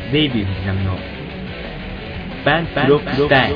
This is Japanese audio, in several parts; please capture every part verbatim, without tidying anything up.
デイビー藤波のバンクロックスタイル。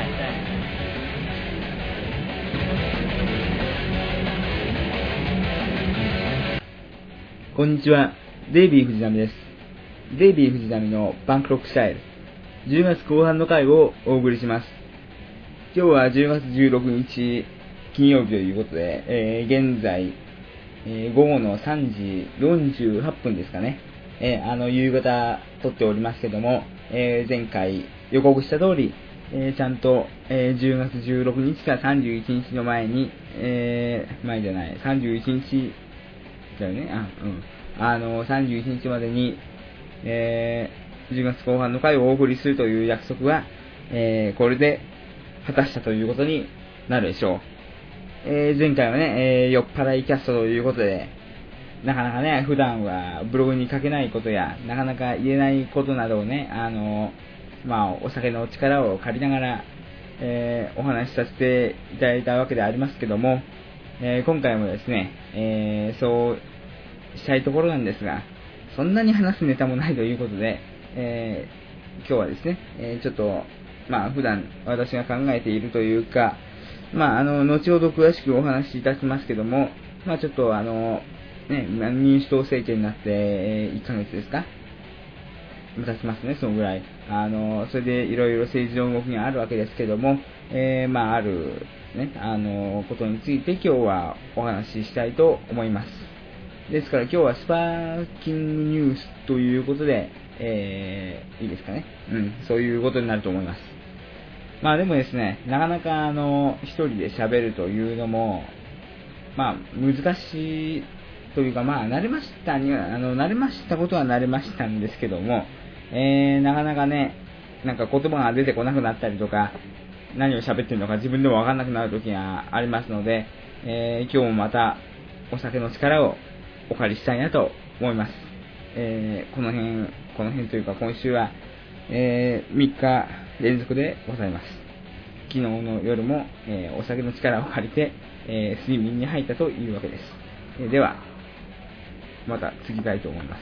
こんにちは、デイビー藤波です。デイビー藤波のバンクロックスタイルじゅうがつこう半の回をお送りします。今日はじゅうがつじゅうろくにち金曜日ということで、えー、現在、えー、午後のさんじよんじゅうはっぷんですかね。えー、あの夕方撮っておりますけども、えー、前回予告した通り、えー、ちゃんと、えー、じゅうがつじゅうろくにちからさんじゅういちにちの前に、えー、前じゃない、さんじゅういちにちだよね、あ、うん、あのさんじゅういちにちまでに、えー、じゅうがつこう半の回をお送りするという約束は、えー、これで果たしたということになるでしょう。えー、前回はね、えー、酔っ払いキャストということで、なかなかね、普段はブログに書けないことや、なかなか言えないことなどをね、あの、まあ、お酒の力を借りながら、えー、お話しさせていただいたわけでありますけども、えー、今回もですね、えー、そうしたいところなんですが、そんなに話すネタもないということで、えー、今日はですね、えー、ちょっと、まあ、普段私が考えているというか、まあ、あの、後ほど詳しくお話しいたしますけども、まあ、ちょっとあの、ね、民主党政権になって、えー、いっかげつですか経ちますね、そのぐらい。あの、それでいろいろ政治の動きがあるわけですけども、えー、まあ、ある、ね、あの、ことについて今日はお話ししたいと思います。ですから今日はスパーキングニュースということで、えー、いいですかね。うん、そういうことになると思います。まあでもですね、なかなかあの、一人で喋るというのも、まあ、難しいというか、まあ、慣れましたには、あの、慣れましたことは慣れましたんですけども、えー、なかなかね、なんか言葉が出てこなくなったりとか、何を喋ってるのか自分でもわかんなくなる時がありますので、えー、今日もまたお酒の力をお借りしたいなと思います。えー、この辺、この辺というか今週は、えー、みっか連続でございます。昨日の夜も、えー、お酒の力を借りて、えー、睡眠に入ったというわけです。えー、では、また次たいと思います。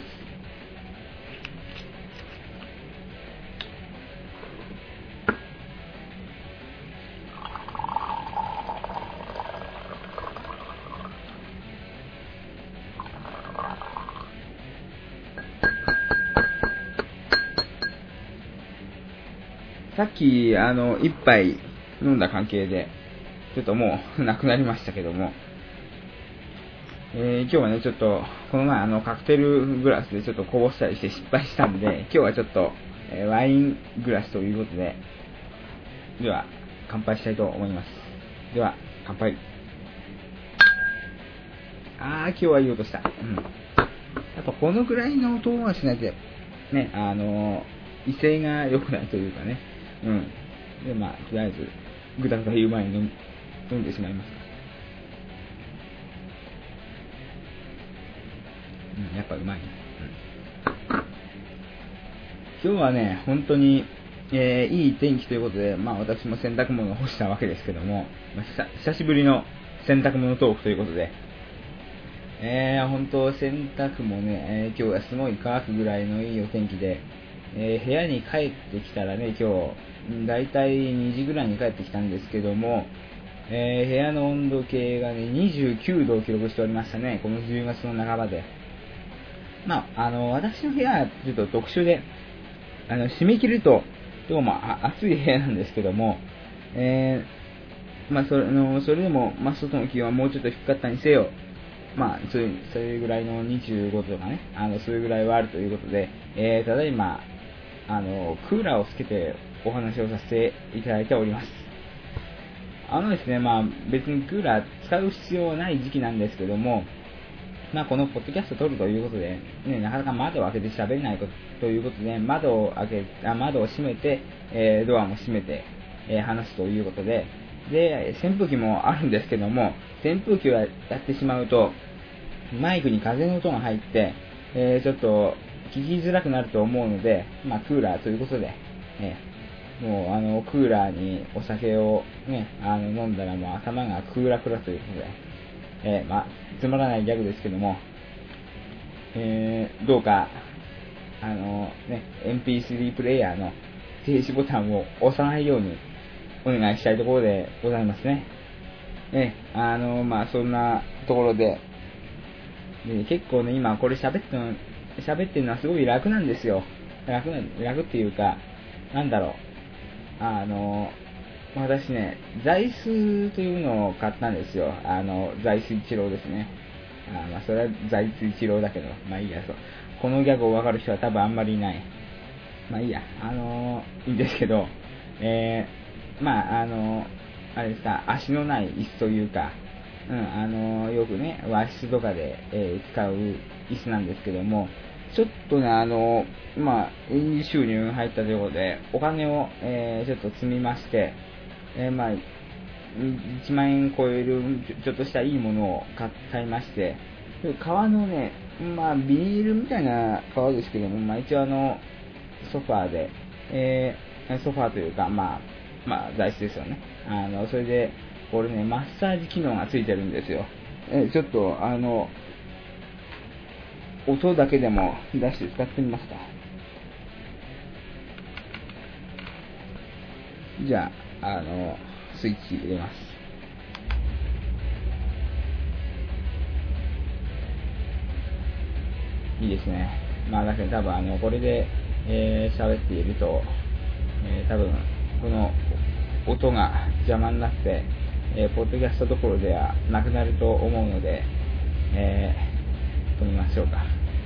さっき、あの、一杯飲んだ関係で、ちょっともうなくなりましたけども、えー、今日はね、ちょっと、この前あの、カクテルグラスでちょっとこぼしたりして失敗したんで、今日はちょっと、えー、ワイングラスということで、では、乾杯したいと思います。では、乾杯。あー、今日はいい音した。うん。やっぱこのぐらいの音はしないと、ね、あのー、威勢が良くないというかね、うん。で、まあ、とりあえず、ぐだぐだ言う前に飲ん飲んでしまいます。うん、やっぱうまいね。うん、今日はね、本当に、えー、いい天気ということで、まあ私も洗濯物を干したわけですけども、まあ、久しぶりの洗濯物トークということで、えー、本当洗濯もね、えー、今日はすごい乾くぐらいのいいお天気で、えー、部屋に帰ってきたらね、今日、だいたいにじぐらいに帰ってきたんですけども、えー、部屋の温度計がね、にじゅうきゅうどを記録しておりましたね、このじゅうがつの半ばで。まあ、あの、私の部屋はちょっと特殊で、あの、締め切ると、どうも暑い部屋なんですけども、えー、まあ、それの、それでも、まあ、外の気温はもうちょっと低かったにせよ、まあ、そういう、それぐらいのにじゅうごどとかね、あの、それぐらいはあるということで、えー、ただいま、あの、クーラーをつけてお話をさせていただいております。あのですね、まあ、別にクーラー使う必要はない時期なんですけども、まあ、このポッドキャストを撮るということで、ね、なかなか窓を開けて喋れないということで、窓を開け、あ窓を閉めて、えー、ドアも閉めて、えー、話すということで、で、扇風機もあるんですけども、扇風機をやってしまうと、マイクに風の音が入って、えー、ちょっと聞きづらくなると思うので、まあ、クーラーということで、えー、もうあのクーラーにお酒を、ね、あの飲んだらもう頭がクーラクラということで、えー、まあ、つまらないギャグですけども、えー、どうか、 あのね、エムピースリー プレイヤーの停止ボタンを押さないようにお願いしたいところでございますね。え、あの、まあ、そんなところで、で結構ね、今これ喋っての、喋ってるのはすごい楽なんですよ。楽な、楽っていうか、なんだろう。あの、私ね、座椅子というのを買ったんですよ。あの、座椅子一郎ですね。あまあ、それは座椅子一郎だけど、まあいいや、そう。このギャグを分かる人は多分あんまりいない。まあいいや、あのー、いいんですけど、えー、まあ、あのー、あれですか、足のない椅子というか、うん、あのー、よくね、和室とかで、えー、使う椅子なんですけども、ちょっとね、あのー、まあ、営利収入が入ったということで、お金を、えー、ちょっと積みまして、えー、まあ、いちまん円超えるちょっとしたいいものを買いまして、革のね、まあ、ビニールみたいな革ですけども、まあ、一応あの、ソファーで、えー、ソファーというか、まあ、まあ、座椅子ですよね。あの、それで、これね、マッサージ機能がついてるんですよ。えー、ちょっと、あの、音だけでも出して使ってみますか。じゃあ、あの、スイッチ入れます。いいですね。まあ、だけど多分、あの、これで、えー、喋っていると、えー、多分、この音が邪魔になって、えー、ポッドキャストどころではなくなると思うので、えー、止めましょうか。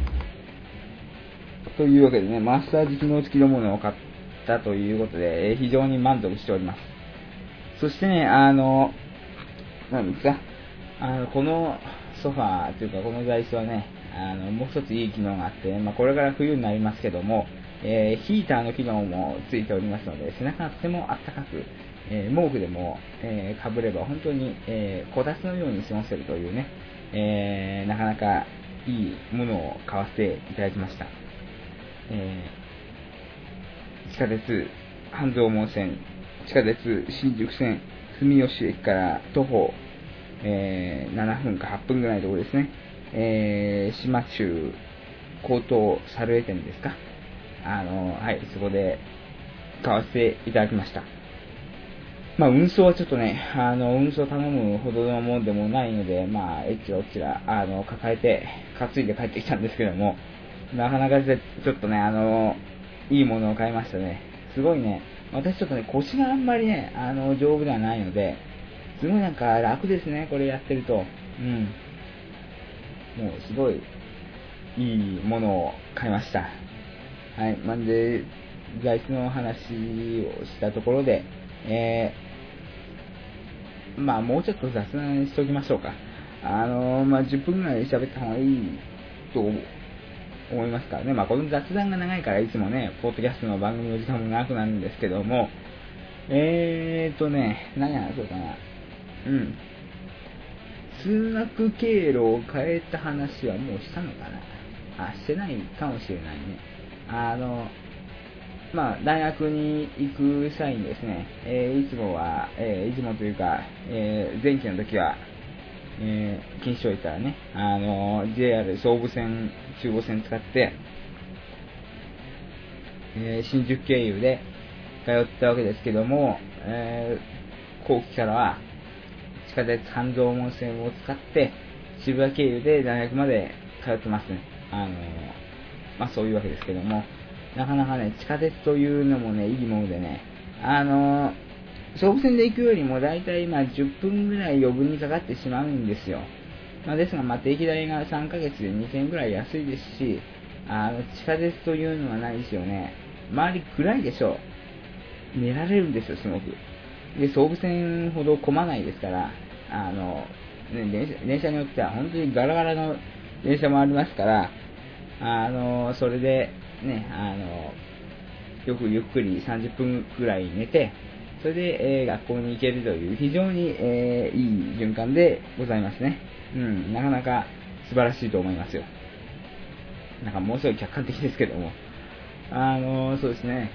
というわけでね、マッサージ機能付きのものを買ったということで、えー、非常に満足しております。そしてね、あの、なんですか、あの、このソファーというか、この座椅子はね、あの、もう一ついい機能があって、まあ、これから冬になりますけども、えー、ヒーターの機能もついておりますので、背中がとてもあったかく、えー、毛布でも、えー、被れば本当に、えー、こたつのように過ごせるというね、えー、なかなかいいものを買わせていただきました。えー、地下鉄半蔵門線、地下鉄新宿線住吉駅から徒歩、えー、ななふんかはっぷんぐらいのところですね。えー、島中高等猿江店ですか。あの、はい、そこで買わせていただきました。まあ、運送はちょっとね、あの、運送頼むほどのもんでもないので、まあ、えっちらおっちら、あの、抱えて、担いで帰ってきたんですけども、なかなかちょっとね、あの、いいものを買いましたね。すごいね、私ちょっとね、腰があんまりね、あの、丈夫ではないので、すごいなんか楽ですね、これやってると。うん。もうすごいいいものを買いました。はい。なんで、座椅子の話をしたところで、えー、まあもうちょっと雑談しておきましょうか。あのー、まあじゅっぷんぐらい喋った方がいいと思いますからね。まあこの雑談が長いからいつもね、ポッドキャストの番組の時間も長くなるんですけども、えーとね、何話そうかな。うん。通学経路を変えた話はもうしたのかなあ、してないかもしれないね。あの、まあ、大学に行く際にですね、えー、いつもは、えー、いつもというか、えー、前期の時は、えー、錦糸町行ったらね、あの、ジェイアール 総武線、中央線使って、えー、新宿経由で通ったわけですけども、えー、後期からは、地下鉄半蔵門線を使って渋谷経由で大学まで通ってますね。あのまあそういうわけですけども、なかなかね、地下鉄というのもね、いいものでね、あの総武線で行くよりもだいたい今じゅっぷんぐらい余分にかかってしまうんですよ。まあ、ですが、まあ、定期代がさんかげつでにせんえんぐらい安いですし、あの地下鉄というのはないですよね。周り暗いでしょう。寝られるんですよ、すごく。で、総武線ほど混まないですから、あの、ね、電車、電車によっては本当にガラガラの電車もありますから、あの、それで、ね、あの、よくゆっくりさんじゅっぷんくらい寝て、それで、えー、学校に行けるという非常に、えー、いい循環でございますね。うん、なかなか素晴らしいと思いますよ。なんかもうすごい客観的ですけども。あのー、そうですね。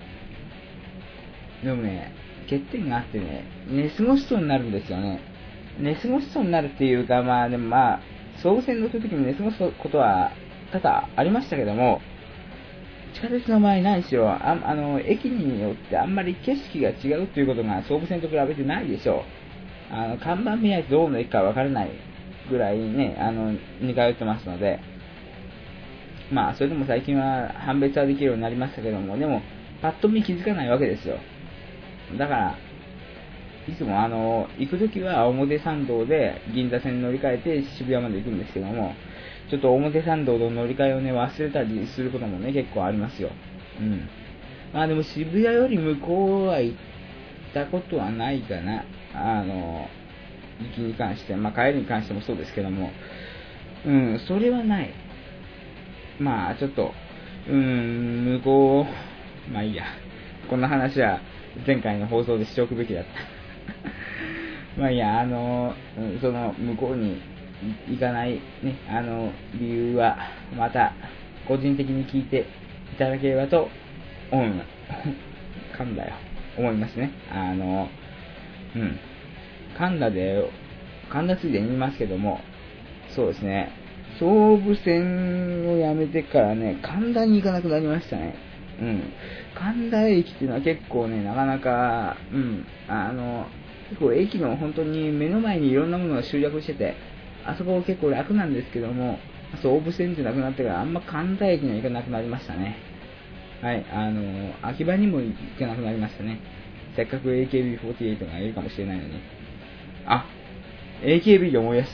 でもね、欠点があってね、寝過ごしそうになるんですよね。寝過ごしそうになるっていうか、まあでもまあ、総武線乗った時に寝過ごすことは多々ありましたけども、 地下鉄の場合ないしよ、ああの駅によってあんまり景色が違うということが総武線と比べてないでしょう。あの看板見ないとどこの駅か分からないぐらいね、あの似通ってますので、まあそれでも最近は判別はできるようになりましたけども、でもパッと見気づかないわけですよ。だからいつもあの行くときは表参道で銀座線に乗り換えて渋谷まで行くんですけども、ちょっと表参道の乗り換えをね忘れたりすることもね結構ありますよ。うん。まあでも渋谷より向こうは行ったことはないかな。あの行きに関して、まあ帰りに関してもそうですけども、うん、それはない。まあちょっと、うーん、向こう、まあいいや。こんな話は前回の放送でしておくべきだった。まあいいや、あの、その向こうに行かない、ね、あの理由はまた個人的に聞いていただければと思う噛んだよ思いますね。あのうん噛んだで噛んだついでに言いますけども、そうですね、総武線をやめてからね神田に行かなくなりましたね。うん神田駅っていうのは結構ねなかなかうんあの結構駅の本当に目の前にいろんなものが集約してて、あそこ結構楽なんですけども、総武線ってなくなってからあんま神田駅には行かなくなりましたね。はい、あの秋葉にも行けなくなりましたね。せっかく エーケービーフォーティーエイト がいるかもしれないのに。あ、エーケービー で思い出した。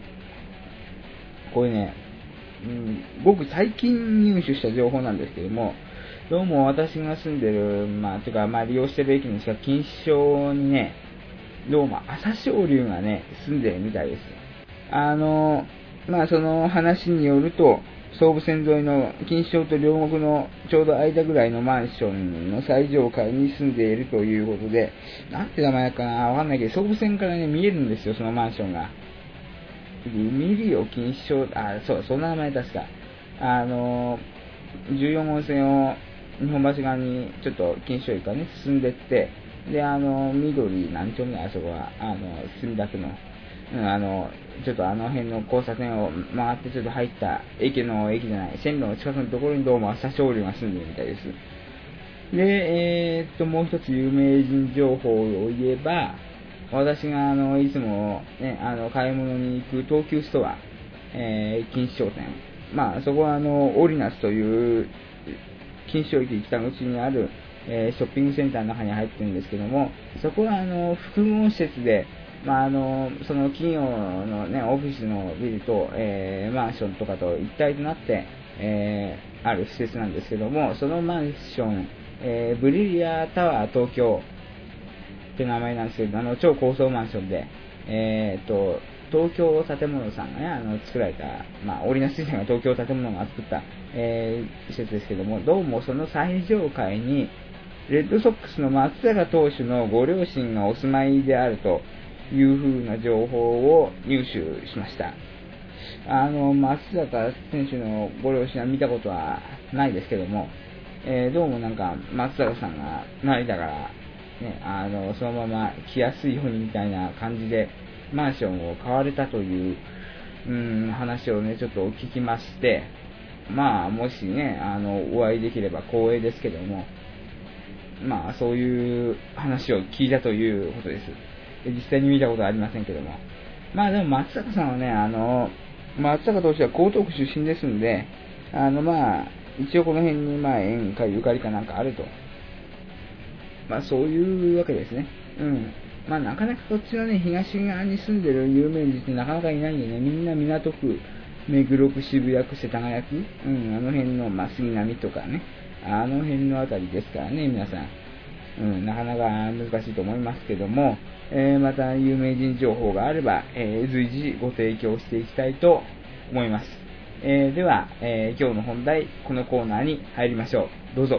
これね、うん、僕最近入手した情報なんですけども、どうも私が住んでる、まあ、というか、まあ、利用してる駅の近く、錦糸町にね、どうも朝青龍がね、住んでるみたいです。あの、まあ、その話によると、総武線沿いの錦糸町と両国のちょうど間ぐらいのマンションの最上階に住んでいるということで、なんて名前かなわかんないけど、総武線からね、見えるんですよ、そのマンションが。海リオ錦糸町、あ、そう、そんな名前確か。あの、じゅうよん号線を日本橋側にちょっと錦糸町駅からね、進んでって、で、あの、緑、何丁目あそこは、あの、墨田区の、うん、あの、ちょっとあの辺の交差点を曲がってちょっと入った駅の、駅じゃない、線路の近くのところにどうも朝青龍が住んでるみたいです。で、えー、っと、もう一つ有名人情報を言えば、私があのいつも、ね、あの買い物に行く東急ストア、えー、錦糸商店、まあ、そこはあのオリナスという錦糸町駅北口にある、えー、ショッピングセンターの中に入ってるんですけども、そこはあの複合施設で、まあ、あのその企業の、ね、オフィスのビルと、えー、マンションとかと一体となって、えー、ある施設なんですけども、そのマンション、えー、ブリリアタワー東京って名前なんですけど、あの超高層マンションで、えー、っと東京建物さんがね、あの作られた、まあ、オリナス水産が東京建物が作った、えー、施設ですけども、どうもその最上階にレッドソックスの松坂投手のご両親がお住まいであるという風な情報を入手しました。あの松坂選手のご両親は見たことはないですけども、えー、どうもなんか松坂さんが成田からね、あのそのまま来やすいようにみたいな感じでマンションを買われたという、うーん話をねちょっと聞きまして、まあもしねあのお会いできれば光栄ですけども、まあそういう話を聞いたということです。実際に見たことはありませんけども、まあでも松坂さんはね、あの松坂投手は江東区出身ですんで、あのまあ一応この辺にまあ縁かゆかりかなんかあると、まあそういうわけですね。うん。まあなかなかこっちのね、東側に住んでる有名人ってなかなかいないんでね、みんな港区、目黒区、渋谷区、世田谷区、うん、あの辺の、まあ杉並とかね、あの辺のあたりですからね、皆さん。うん、なかなか難しいと思いますけども、えー、また有名人情報があれば、えー、随時ご提供していきたいと思います。えー、では、えー、今日の本題、このコーナーに入りましょう。どうぞ。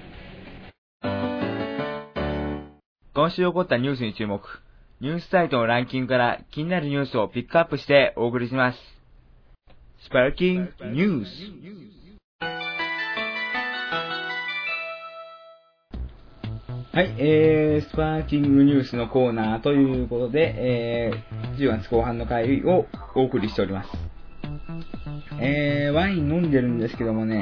今週起こったニュースに注目。ニュースサイトのランキングから気になるニュースをピックアップしてお送りします。スパーキングニュース。はい、えー、スパーキングニュースのコーナーということで、えー、じゅうがつこう半の回をお送りしております。えー、ワイン飲んでるんですけどもね、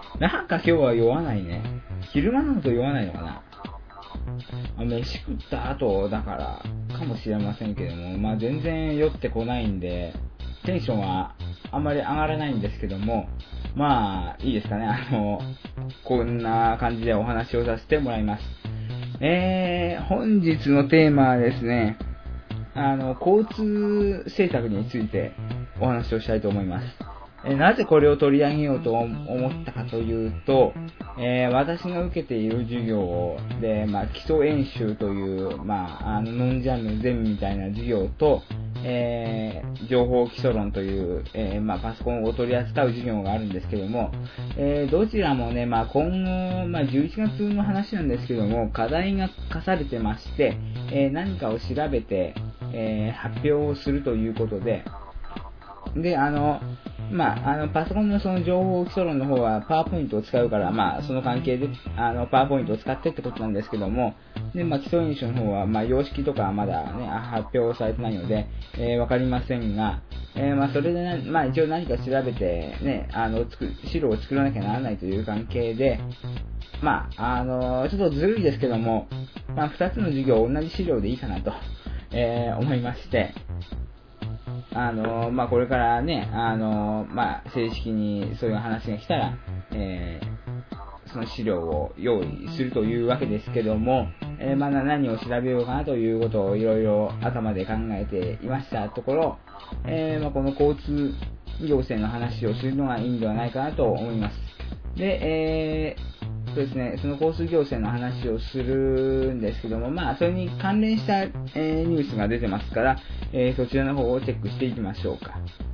なんか今日は酔わないね。昼間飲むと酔わないのかな。あ、飯食った後だからかもしれませんけども、まあ全然酔ってこないんで、テンションはあんまり上がらないんですけども、まあいいですかね。あの、こんな感じでお話をさせてもらいます。えー、本日のテーマはですね、あの、交通政策についてお話をしたいと思います。えー、なぜこれを取り上げようと思ったかというと、えー、私が受けている授業で、まあ、基礎演習という、まあ、あのノンジャンルゼミみたいな授業と、えー、情報基礎論という、えーまあ、パソコンを取り扱う授業があるんですけども、えー、どちらもね、まあ、今後、まあ、じゅういちがつの話なんですけども、課題が課されてまして、えー、何かを調べて、えー、発表をするということで、で、あの、まあ、あの、パソコンのその情報基礎論の方はパワーポイントを使うから、まあ、その関係で、あの、パワーポイントを使ってってことなんですけども、で、まあ、基礎演習の方は、まあ、様式とかはまだね、発表されてないので、えー、わかりませんが、えー、まあ、それでね、まあ、一応何か調べて、ね、あの、つく、資料を作らなきゃならないという関係で、まあ、あの、ちょっとずるいですけども、まあ、二つの授業同じ資料でいいかなと、えー、思いまして、あのまあ、これからね、あのまあ、正式にそういう話が来たら、えー、その資料を用意するというわけですけども、えー、まだ何を調べようかなということをいろいろ頭で考えていましたところ、えーまあ、この交通行政の話をするのがいいんではないかなと思います。で、えーそうですね、その交通行政の話をするんですけども、まあ、それに関連した、えー、ニュースが出てますから、えー、そちらの方をチェックしていきましょうか。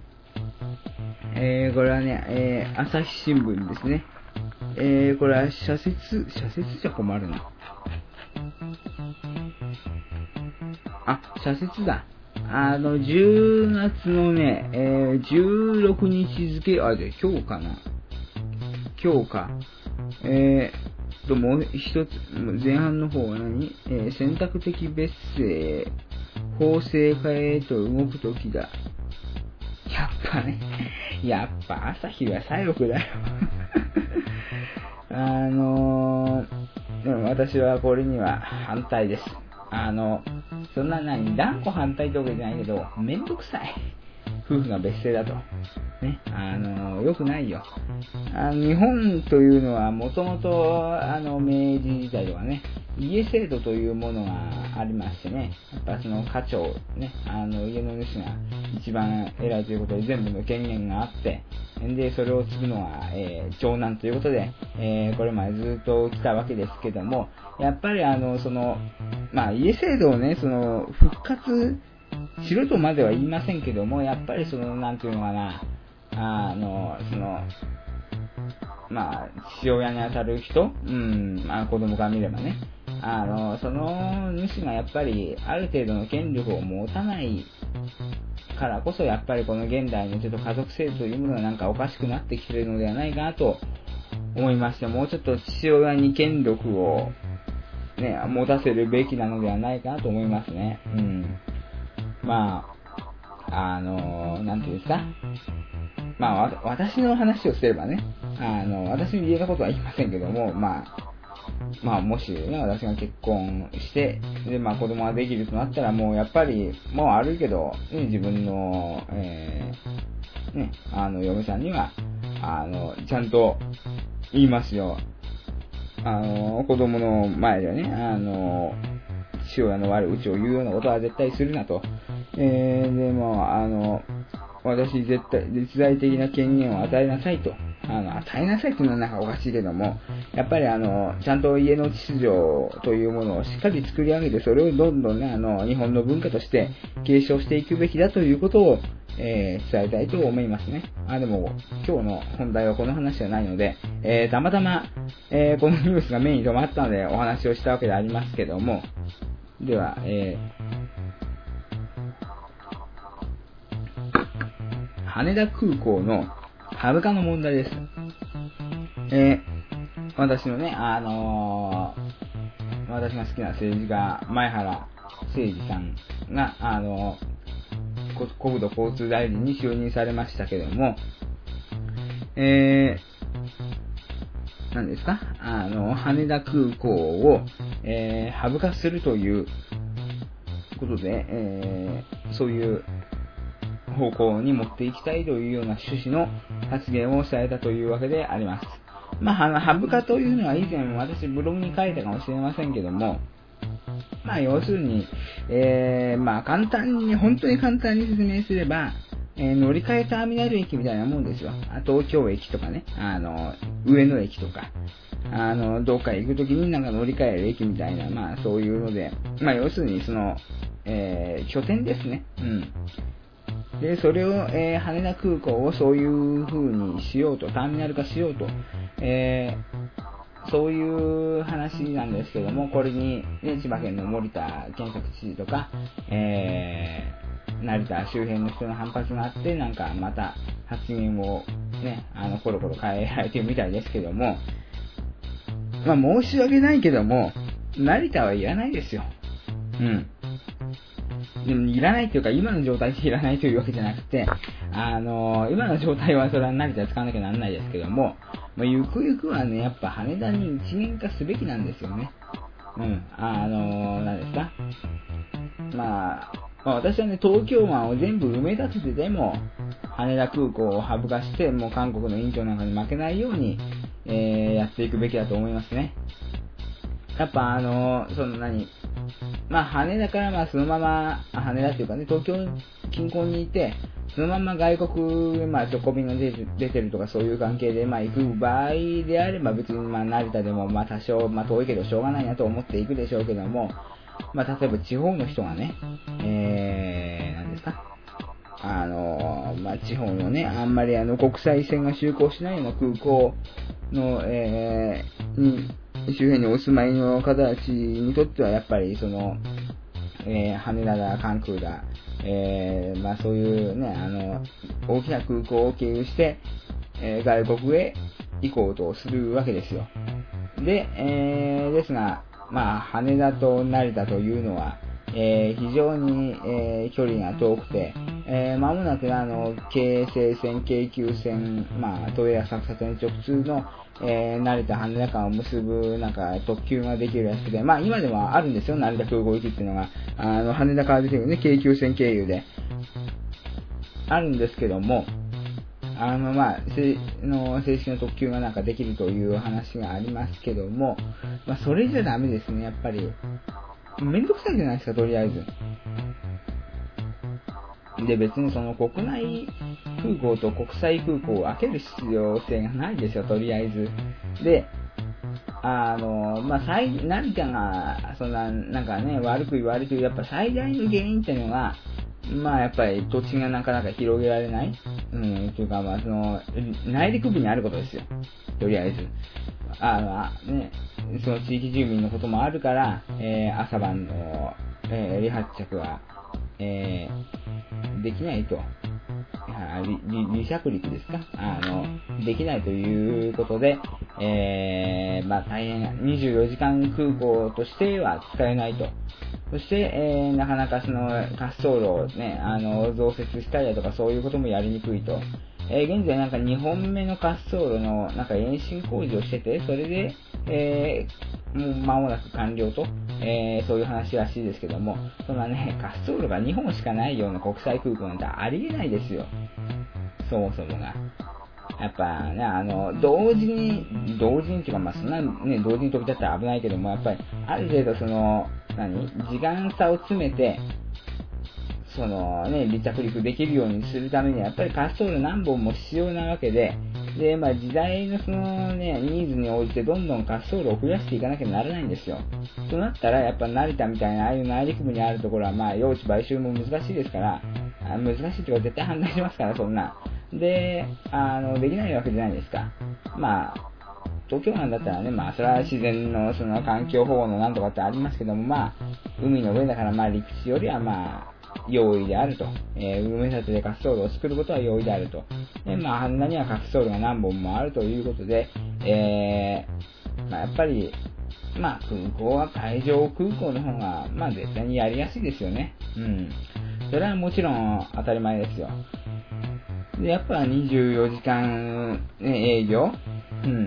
えー、これはね、えー、朝日新聞ですね。えー、これは社説、社説じゃ困るな。あ、社説だ。あの、じゅうがつのね、えー、じゅうろくにち付、あ、で、今日かな。今日か。えーと、もう一つ、前半の方は何、えー、選択的別姓、法制化へと動くときだ。やっぱね、やっぱ朝日は左翼だよ。あのー、でも私はこれには反対です。あの、そんな何、断固反対ってわけじゃないけど、めんどくさい。夫婦が別姓だと。ね、あの、良くないよ。あの日本というのはもともと、あの、明治時代とかね、家制度というものがありましてね、やっぱその家長、ね、あの、家の主が一番偉いということで全部の権限があって、で、それを継ぐのは、えー、長男ということで、えー、これまでずっと来たわけですけども、やっぱりあの、その、まあ、家制度をね、その、復活しろとまでは言いませんけども、やっぱりその、なんていうのかな、あの、その、まあ、父親に当たる人、うん、まあ、子供から見ればね、あの、その主がやっぱり、ある程度の権力を持たないからこそ、やっぱりこの現代のちょっと家族制度というものがなんかおかしくなってきているのではないかなと思いまして、もうちょっと父親に権力を、ね、持たせるべきなのではないかなと思いますね。うん。まあ、あの、なんていうんですか。まあ、私の話をすればね、あの、私に言えたことは言いませんけども、まあ、まあ、もしね、私が結婚して、で、まあ、子供ができるとなったら、もうやっぱり、もう悪いけど、ね、自分の、えー、ね、あの、嫁さんには、あの、ちゃんと言いますよ。あの、子供の前でね、あの、父親の悪口を言うようなことは絶対するなと。えー、で、もあの、私絶対、絶大的な権限を与えなさいと。あの、与えなさいっていうのはなんかおかしいけども、やっぱりあの、ちゃんと家の秩序というものをしっかり作り上げて、それをどんどんね、あの、日本の文化として継承していくべきだということを、えー、伝えたいと思いますね。あ、でも、今日の本題はこの話じゃないので、えー、たまたま、えー、このニュースが目に留まったのでお話をしたわけでありますけども、では、えー、羽田空港の株価の問題です。えー、私のね、あのー、私が好きな政治家、前原誠司さんが、あのー、国土交通大臣に就任されましたけれども、え何ですか、あの、羽田空港を、えー、ハブ化するということで、えー、そういう方向に持っていきたいというような趣旨の発言をされたというわけであります。まあ、あの、ハブ化というのは以前私ブログに書いたかもしれませんけども、まあ、要するに、えー、まあ、簡単に、本当に簡単に説明すれば、えー、乗り換えターミナル駅みたいなもんですよ。東京駅とかね、あの、上野駅とか、あの、どっか行くときになんか乗り換える駅みたいな、まあ、そういうので、まあ、要するに、その、えー、拠点ですね。うん。で、それを、えー、羽田空港をそういう風にしようと、ターミナル化しようと、えー、そういう話なんですけども、これに、ね、千葉県の森田健作知事とか、えー、成田周辺の人の反発があって、なんかまた発言をね、あの、コロコロ変えられてるみたいですけども、まあ申し訳ないけども、成田はいらないですよ。うん。でもいらないというか、今の状態でいらないというわけじゃなくて、あのー、今の状態はそれは成田使わなきゃならないですけども、まあ、ゆくゆくはね、やっぱ羽田に一元化すべきなんですよね。うん。あのー、何ですか。まあ、まあ、私はね、東京湾を全部埋め立ててでも、羽田空港をハブ化して、もう韓国の委員長なんかに負けないように、えー、やっていくべきだと思いますね。やっぱあのー、その何、まあ羽田からまあそのまま、羽田っていうかね、東京近郊にいて、そのまま外国、まあ直行便が出て、出てるとかそういう関係で、まあ行く場合であれば別にまあ成田でもまあ多少、まあ遠いけどしょうがないなと思っていくでしょうけども、まあ例えば地方の人がね、えー、何ですか、あのー、まあ地方のね、あんまりあの国際線が就航しないような空港の、えー、に、周辺にお住まいの方たちにとってはやっぱりその、えー、羽田だ、関空だ、えー、まあそういうね、あの、大きな空港を経由して、えー、外国へ行こうとするわけですよ。で、えー、ですが、まあ羽田と成田というのは、えー、非常に、えー、距離が遠くて、えー、間もなくあの、京成線、京急線、まあ、都営浅草線直通の、えー、成田羽田間を結ぶなんか特急ができるらしくて、まあ今でもあるんですよ、成田空港行きっていうのが、あの羽田から出てくるね、京急線経由であるんですけども、あのまあ正の正式な特急がなんかできるという話がありますけども、まあそれじゃダメですね、やっぱりめんどくさいじゃないですか、とりあえず。で、別にその国内空港と国際空港を分ける必要性がないですよ、とりあえず。で、あの、まあ、最、何かが、そんな、なんかね、悪く言われてる、やっぱ最大の原因っていうのが、まあ、やっぱり土地がなかなか広げられない。うん、というか、まあ、その、内陸部にあることですよ。とりあえず。あの、ね、その地域住民のこともあるから、えー、朝晩の、えー、離発着は、えー、できないと。離着陸ですか、あの、できないということで、えー、まあ大変、にじゅうよじかん空港としては使えないと。そして、えー、なかなかその滑走路をね、あの、増設したりだとかそういうこともやりにくいと。えー、現在なんかにほんめの滑走路のなんか延伸工事をしてて、それで、えー、もう間もなく完了と、えー、そういう話らしいですけども、そんなね、滑走路がにほんしかないような国際空港なんてありえないですよ。そもそもが。やっぱね、あの、同時に、同時にっていうか、まあそんなね、同時に飛び立ったら危ないけども、やっぱり、ある程度その、何時間差を詰めて、そのね、離着陸できるようにするためには、やっぱり滑走路何本も必要なわけで、で、まあ時代のそのね、ニーズに応じてどんどん滑走路を増やしていかなきゃならないんですよ。となったら、やっぱ成田みたいな、ああいう内陸部にあるところは、まあ用地買収も難しいですから、あ難しいっていうか絶対反対しますから、そんな。で、あの、できないわけじゃないですか。まあ、東京湾だったらね、まあ、それは自然の、その環境保護のなんとかってありますけども、まあ、海の上だから、まあ、陸地よりは、まあ、容易であると。えー、埋め立てで滑走路を作ることは容易であると。で、まあ、羽田には滑走路が何本もあるということで、えー、まあ、やっぱり、まあ、空港は海上空港の方が、まあ、絶対にやりやすいですよね。うん。それはもちろん当たり前ですよ。で、やっぱにじゅうよじかん、ね、営業、うん。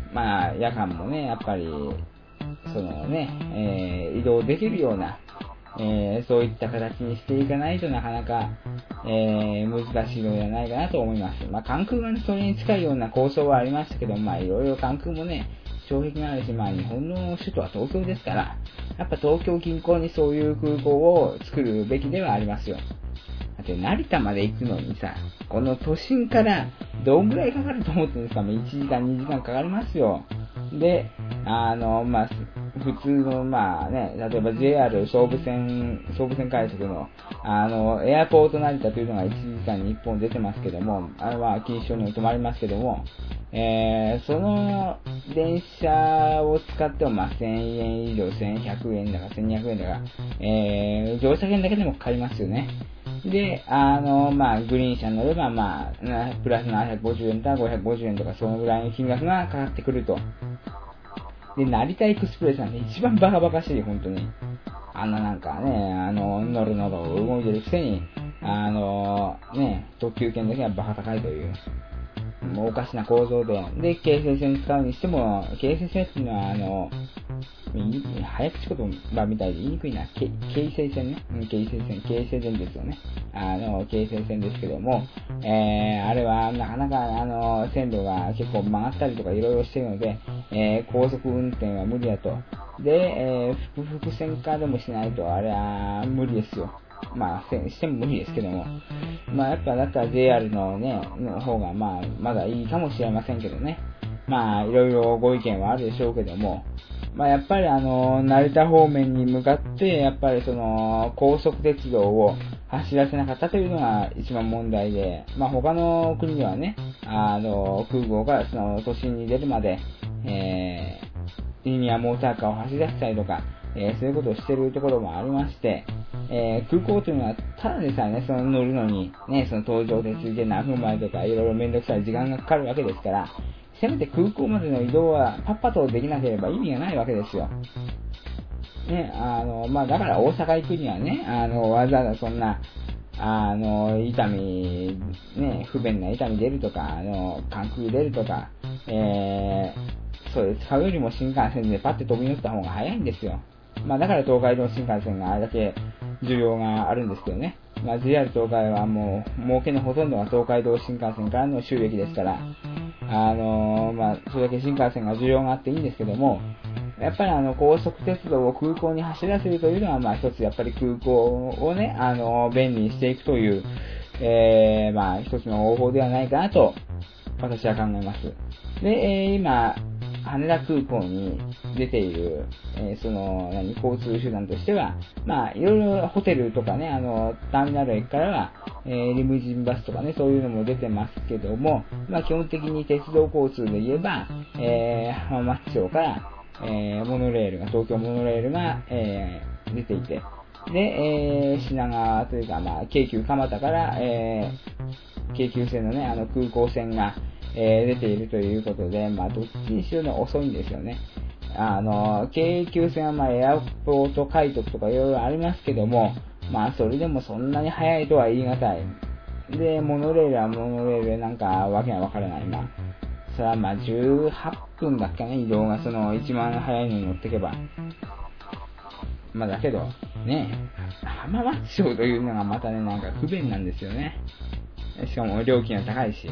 まあ、夜間もね、やっぱり、そのね、えー、移動できるような、えー、そういった形にしていかないとなかなか、えー、難しいのではないかなと思います。まあ、関空がね、それに近いような構想はありましたけど、まあ、いろいろ関空もね、障壁があるし、まあ、日本の首都は東京ですから、やっぱ東京近郊にそういう空港を作るべきではありますよ。だって成田まで行くのにさ、この都心からどんぐらいかかると思ってるんですか？もういちじかん、にじかんかかりますよ。で、あの、まあ、普通の、まあね、例えば ジェイアール 総武線、総武線快速の、あの、エアポート成田というのがいちじかんにいっぽん出てますけども、あれは錦糸町にも止まりますけども、えー、その電車を使っても、まあ、せんえん以上、せんひゃくえんだか、せんにひゃくえんだか、えー、乗車券だけでもかかりますよね。で、あの、まあ、グリーン車に乗れば、まあ、プラスななひゃくごじゅうえんとかごひゃくごじゅうえんとか、そのぐらいの金額がかかってくると。で、成田エクスプレスなんて一番バカバカしい、本当に。あんななんかね、あの、乗るのが動いてるくせに、あの、ね、特急券だけはバカ高いという。もうおかしな構造で、で、京成線使うにしても、京成線っていうのは、あの、早口言葉みたいで言いにくいな、京成線ね、京成線、京成線ですよね。あの、京成線ですけども、えー、あれはなかなか、あの、線路が結構曲がったりとかいろいろしてるので、えー、高速運転は無理だと。で、えー、複々線化でもしないと、あれは無理ですよ。まあ、しても無理ですけども。まあ、やっぱだったら ジェイアール のね、の方が、まあ、まだいいかもしれませんけどね。まあ、いろいろご意見はあるでしょうけども。まあ、やっぱりあの、成田方面に向かって、やっぱりその、高速鉄道を走らせなかったというのが一番問題で、まあ、他の国ではね、あの、空港からその都心に出るまで、えー、リニアモーターカーを走らせたりとか、えー、そういうことをしているところもありまして、えー、空港というのはただでさえね、その乗るのに、ね、その搭乗手続きで何分前とかいろいろめんどくさい時間がかかるわけですから、せめて空港までの移動はパッパとできなければ意味がないわけですよ。ね、あの、まあ、だから大阪行くにはね、あの、わざわざそんな、あの、痛み、ね、不便な痛み出るとか、あの、関空出るとか、えー、そう使うよりも新幹線でパッて飛び乗った方が早いんですよ。まあ、だから東海道新幹線があれだけ需要があるんですけどね。まあ、ジェイアール 東海はもう、儲けのほとんどが東海道新幹線からの収益ですから、あのー、まあ、それだけ新幹線が需要があっていいんですけども、やっぱりあの、高速鉄道を空港に走らせるというのは、まあ一つやっぱり空港をね、あのー、便利にしていくという、えー、まあ一つの方法ではないかなと、私は考えます。で、えー、今、羽田空港に出ている、えー、その、何、交通手段としては、まあ、いろいろホテルとかね、あの、ターミナル駅からは、えー、リムジンバスとかね、そういうのも出てますけども、まあ、基本的に鉄道交通で言えば、えー、浜松町から、えー、モノレールが、東京モノレールが、えー、出ていて、で、えー、品川というか、まあ、京急蒲田から、えー、京急線のね、あの、空港線が、えー、出ているということで、まあ、どっちにしろね、遅いんですよね。あの、京急線は、まあ、エアポート開拓とかいろいろありますけども、まあ、それでもそんなに速いとは言い難い。で、モノレールはモノレールでなんか、わけがわからない。まあ、それはまあ、じゅうはっぷんだっけね、移動がその、一番速いのに乗ってけば。まあ、だけど、ね、浜松町というのがまたね、なんか不便なんですよね。しかも料金は高いし。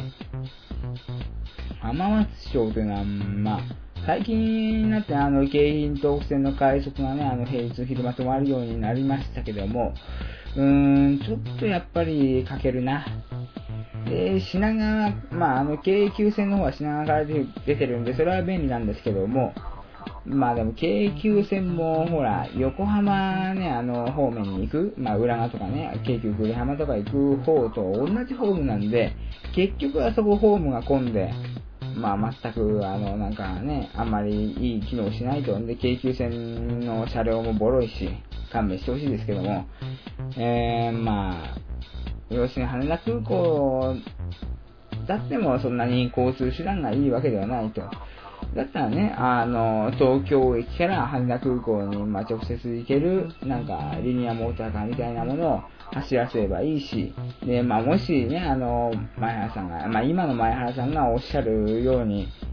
浜松町というのは、まあ、最近になってあの、京浜東北線の快速がね、あの、平日昼間止まるようになりましたけども、うーん、ちょっとやっぱりかけるな。で、品川、まあ、あの、京急線の方は品川から出てるんで、それは便利なんですけども、まあでも京急線もほら横浜ねあの方面に行くまあ浦和とかね京急久里浜とか行く方と同じホームなんで結局あそこホームが混んでまあ全くあのなんかねあんまりいい機能しないとで京急線の車両もボロいし勘弁してほしいですけどもえー、まあ要するに羽田空港だってもそんなに交通手段がいいわけではないと。だったらね、あの、東京駅から羽田空港に、まあ、直接行ける、なんか、リニアモーターカーみたいなものを走らせればいいし、で、まあ、もしね、あの、前原さんが、まあ、今の前原さんがおっしゃるように、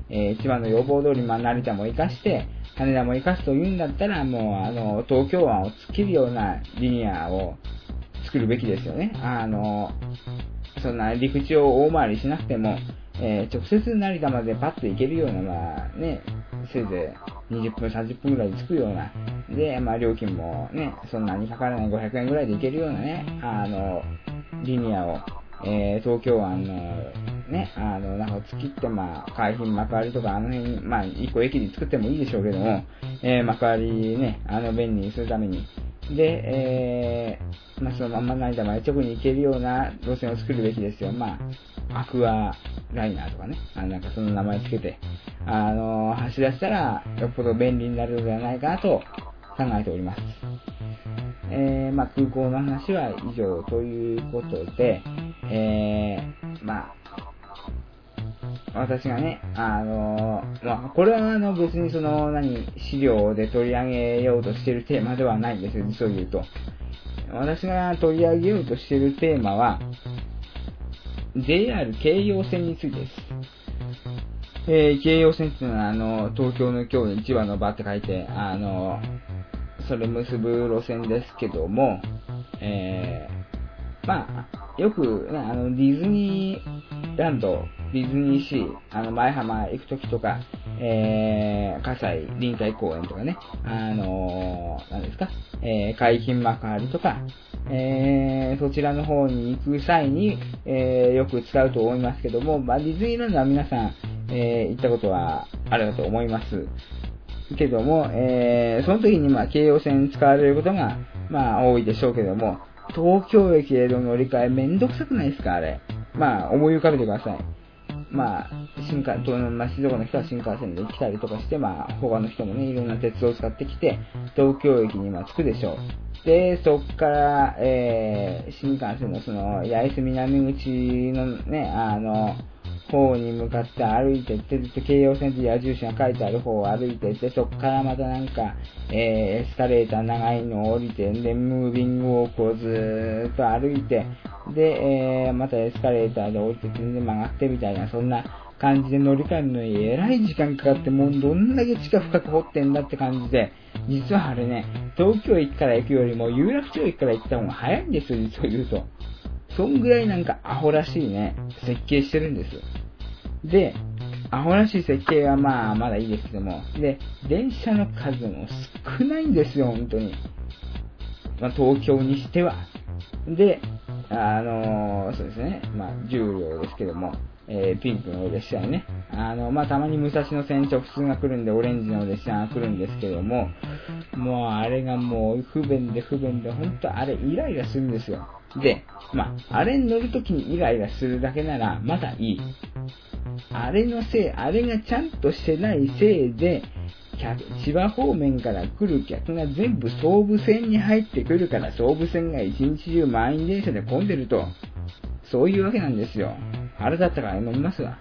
えー、千葉の要望通り、まあ、成田も生かして、羽田も生かすというんだったら、もう、あの、東京湾を突っ切るようなリニアを作るべきですよね。あの、そんな陸地を大回りしなくても、えー、直接成田までパッと行けるような、まあね、せいぜいにじゅっぷん、さんじゅっぷんぐらいで着くような、で、まあ料金もね、そんなにかからないごひゃくえんぐらいで行けるようなね、あの、リニアを、えー、東京湾のね、あの、なんか突っ切って、まあ、海浜幕張とかあの辺に、まあ、一個駅に作ってもいいでしょうけども、えー、幕張ね、あの、便利にするために、で、えー、まあ、そのまんま成田まで直に行けるような路線を作るべきですよ。まあ、アクアライナーとかね、あのなんかその名前つけて、あの、走らせたら、よっぽど便利になるのではないかなと考えております。えー、まあ、空港の話は以上ということで、えー、まあ、私がね、あのー、まあ、これはあの別にその、何、資料で取り上げようとしているテーマではないんですよ、実を言うと。私が取り上げようとしているテーマは、ジェイアール 京葉線についてです。えー、京葉線っていうのは、あの、東京の京に千葉の場って書いて、あの、それ結ぶ路線ですけども、えー、まあ、よく、ね、あの、ディズニーランド、ディズニーシー、あの、前浜行くときとか、えー、葛西臨海公園とかね、あのー、何ですか、えー、海浜幕張とか、えー、そちらの方に行く際に、えー、よく使うと思いますけども、まあ、ディズニーランドは皆さん、えー、行ったことはあるかと思います。けども、えー、その時に、まあ、京葉線使われることが、まあ、多いでしょうけども、東京駅への乗り換えめんどくさくないですか、あれ。まあ、思い浮かべてください。まあ、新幹、まあ、静岡の人は新幹線で来たりとかして、まあ、他の人もね、いろんな鉄道を使ってきて、東京駅にまあ着くでしょう。で、そっから、えー、新幹線のその、八重洲南口のね、あの、方に向かって歩いてって、ずっと京葉線って矢印が書いてある方を歩いてって、そっからまたなんか、えー、エスカレーター長いのを降りて、で、ムービングウォークをずーっと歩いて、で、えー、またエスカレーターで降りてって、で、曲がってみたいな、そんな感じで乗り換えるのにえらい時間かかって、もうどんだけ地下深く掘ってんだって感じで、実はあれね、東京駅から行くよりも有楽町駅から行った方が早いんですよ、実を言うと。そんぐらいなんかアホらしいね、設計してるんですよ。で、アホらしい設計はまあまだいいですけども、で、電車の数も少ないんですよ、本当に。まあ、東京にしては。で、あのー、そうですね、まあ、じゅう両ですけども、えー、ピンクの列車にね、あの、まあ、たまに武蔵野線直通が来るんで、オレンジの列車が来るんですけども、もうあれがもう不便で不便で、本当あれイライラするんですよ。で、まあ、あれに乗るときにイライラするだけなら、まだいい。あれのせい、あれがちゃんとしてないせいで、千葉方面から来る客が全部総武線に入ってくるから、総武線が一日中満員電車で混んでると、そういうわけなんですよ。腹立ったから飲みますわ。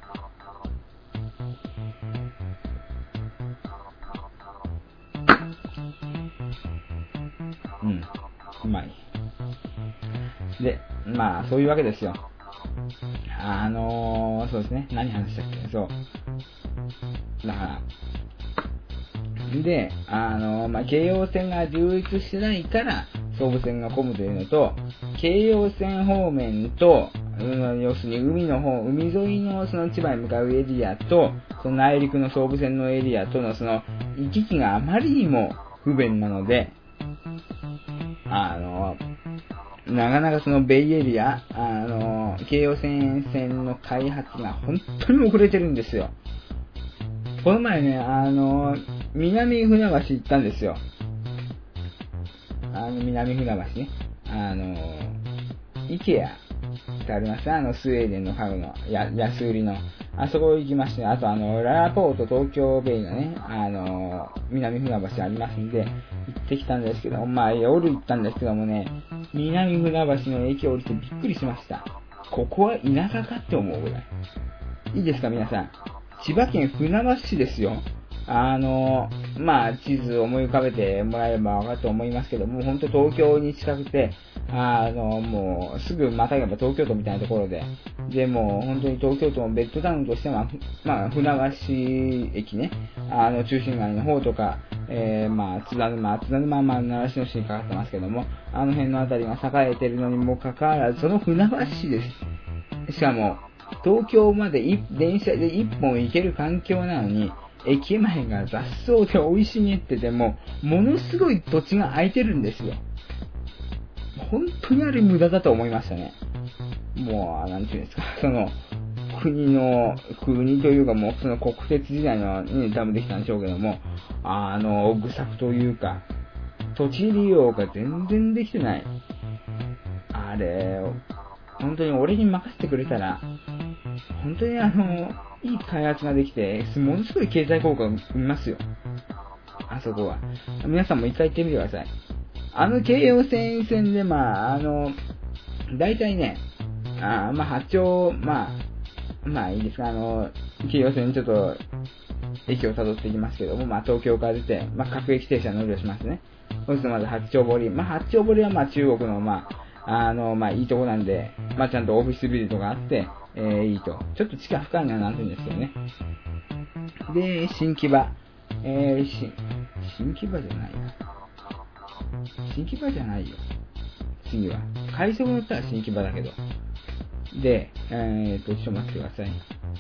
うん、うまい。で、まあ、そういうわけですよ。あのー、そうですね。何話したっけ？そう。だから、で、あのー、まあ、京葉線が充実してないから、総武線が混むというのと、京葉線方面と、うん、要するに海の方、海沿いのその千葉に向かうエリアと、その内陸の総武線のエリアとのその行き来があまりにも不便なので、あのー、なかなかそのベイエリア、あの、京葉線線の開発が本当に遅れてるんですよ。この前ね、あの、南船橋行ったんですよ。あの、南船橋ね。あの、イケアってありますね。あの、スウェーデンの家具のや安売りの。あそこ行きまして、あとあの、ララポート東京ベイがね、あの、南船橋ありますんで、行ってきたんですけど、まあ夜行ったんですけどもね、南船橋の駅を降りてびっくりしました。ここは田舎かって思うぐらい。いいですか皆さん。千葉県船橋市ですよ。 あの、まあ、地図を思い浮かべてもらえれば分かると思いますけども、本当東京に近くて、あの、もう、すぐまたげば東京都みたいなところで、で、もう本当に東京都のベッドタウンとしては、まあ、船橋駅ね、あの、中心街の方とか、えー、まあ、津田沼、津田沼はまあ、習志野市にかかってますけども、あの辺のあたりが栄えてるのにもかかわらず、その船橋市です。しかも、東京まで電車で一本行ける環境なのに、駅前が雑草で生い茂ってても、ものすごい土地が空いてるんですよ。本当にあれ無駄だと思いましたね。もう、なんていうんですか、その、国の、国というかもう、その国鉄時代のね、多分できたんでしょうけども、あの、愚策というか、土地利用が全然できてない。あれ、本当に俺に任せてくれたら、本当にあの、いい開発ができて、ものすごい経済効果を生みますよ。あそこは。皆さんも一回行ってみてください。あの京葉線線で、まあ、あの、大体ね、あまあ、八丁、まあ、まあいいですか、あの、京葉線ちょっと、駅を辿っていきますけども、まあ、東京から出て、まあ、各駅停車乗りをしますね。そうするとまず八丁堀。まあ、八丁堀はまあ、中国の、まあ、あの、まあ、いいとこなんで、まあ、ちゃんとオフィスビルとかあって、えー、いいと。ちょっと地下深いな、なんて言うんですけどね。で、新木場。えー、新、新木場じゃないな。新木場じゃないよ。次は。快速乗ったら新木場だけど。で、えーと、ちょっと待ってください。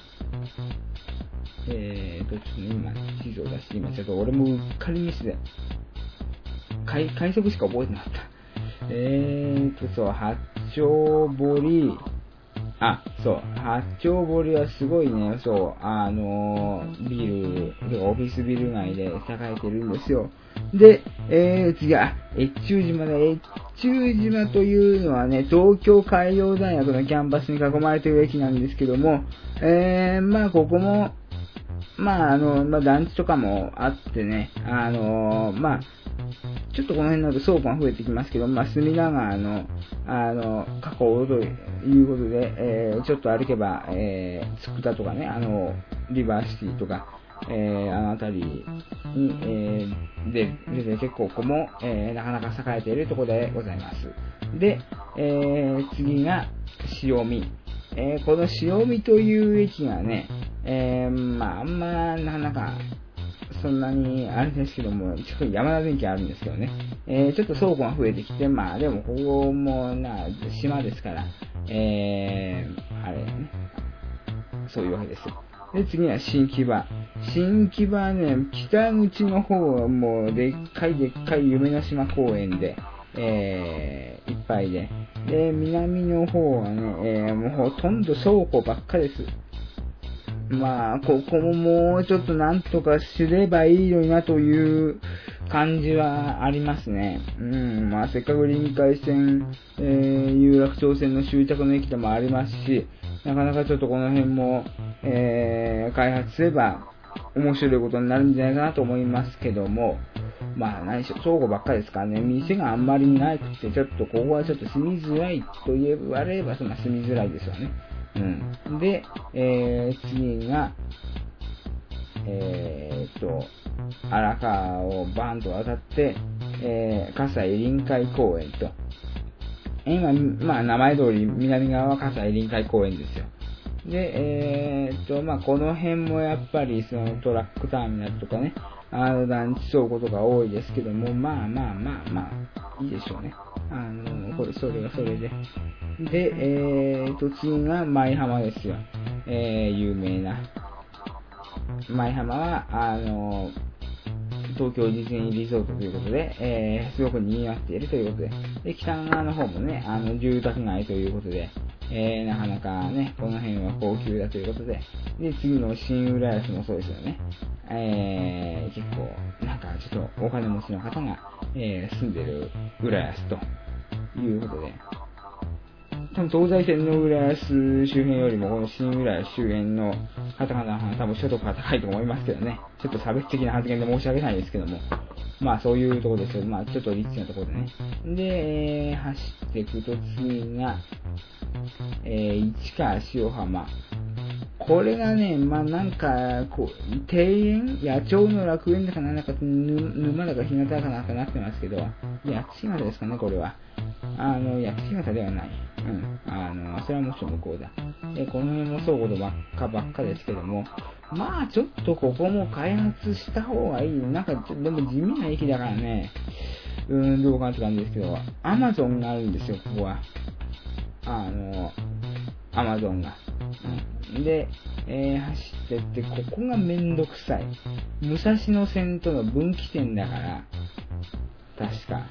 えーと、ちょっと今、地図を出してみましたけど、俺もうっかりミスで、快、快速しか覚えてなかった。えーと、そう、八丁堀、あ、そう、八丁堀はすごいね、そう、あのー、ビル、オフィスビル街で栄えてるんですよ。で、えー、次は、越中島だ。越中島というのはね、東京海洋大学のキャンパスに囲まれている駅なんですけども、えー、まあ、ここも、まあ、あの、まあ、団地とかもあってね、あのー、まあ、ちょっとこの辺だと倉庫が増えてきますけど、まあ、隅田川の、あの、河口ということで、えー、ちょっと歩けば、えー、つくたとかね、あの、リバーシティとか、えー、あの辺りに、えー、で、で結構ここも、えー、なかなか栄えているところでございます。で、えー、次が、塩見。えー、この塩見という駅がね、えー、まあ、あんま、なかなか、そんなに、あれですけども、ちょっと山田電機あるんですけどね、えー、ちょっと倉庫が増えてきて、まあ、でも、ここもな、島ですから、えー、あれね、そういうわけですよ。で、次は新木場。新木場はね、北口の方はもう、でっかいでっかい夢の島公園で、えー、いっぱいで。で、南の方はね、えー、もうほとんど倉庫ばっかです。まあ、ここももうちょっとなんとかすればいいのになという感じはありますね。うん、まあせっかく臨海線、えー、有楽町線の終着の駅でもありますし、なかなかちょっとこの辺も、えー、開発すれば面白いことになるんじゃないかなと思いますけども、まあ何しろ倉庫ばっかりですからね、店があんまりなくて、ちょっとここはちょっと住みづらいと言われれば、そんな住みづらいですよね。うん。で、えー、次が、えーっと、荒川をバーンと渡って、えー、葛西臨海公園と。今、まあ名前通り南側は葛西臨海公園ですよ。で、えーっと、まあこの辺もやっぱりそのトラックターミナルとかね、あの団地倉庫とか多いですけども、まあまあまあまあ、いいでしょうね。あの、これ、それはそれで。で、えーと、次が舞浜ですよ。えー、有名な。舞浜は、あの、東京ディズニーリゾートということで、えー、すごく賑わっているということで、で、北側の方もね、あの、住宅街ということで、えー、なかなかね、この辺は高級だということで、で、次の新浦安もそうですよね。えー、結構、なんかちょっとお金持ちの方が、えー、住んでる浦安ということで、多分東西線の浦安周辺よりもこの新浦安周辺の方々は多分所得が高いと思いますけどね。ちょっと差別的な発言で申し訳ないですけども。まあそういうところですよ。まあちょっとリッチなところでね。で、えー、走っていくと次が、えー、市川塩浜。 これがね、まあなんか、こう、庭園、野鳥の楽園だかなんだか、沼だか干潟だかなんかなってますけど、八ヶ岳ですかね、これは。あの、八ヶ岳ではない。うん。あの、それはもちろん向こうだ。で、この辺もそうことばっかばっかですけども、まあちょっとここも開発した方がいい。なんか、でも地味な駅だからね、うーん、どうかって感じですけど、アマゾンがあるんですよ、ここは。あの、アマゾンが。うん、で、えー、走ってって、ここがめんどくさい。武蔵野線との分岐点だから、確か。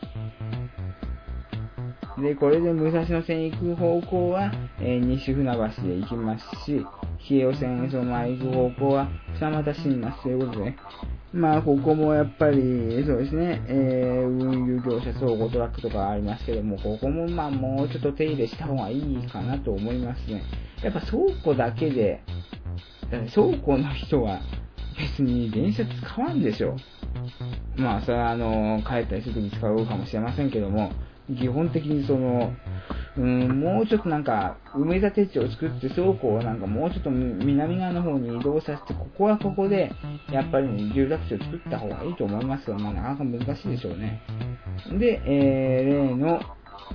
で、これで武蔵野線行く方向は、えー、西船橋で行きますし、京葉線そのまま行く方向は二俣新町ということで、まあ、ここもやっぱり、そうですね、えー、運輸業者総合トラックとかありますけども、ここもまあ、もうちょっと手入れした方がいいかなと思いますね。やっぱ倉庫だけで、倉庫の人は別に電車使わんでしょ。まあ、それはあの、帰ったりするときに使うかもしれませんけども、基本的にその、うん、もうちょっとなんか、埋め立て地を作って倉庫をなんかもうちょっと南側の方に移動させて、ここはここで、やっぱり、ね、住宅地を作った方がいいと思いますが、まあなかなか難しいでしょうね。で、えー、例の、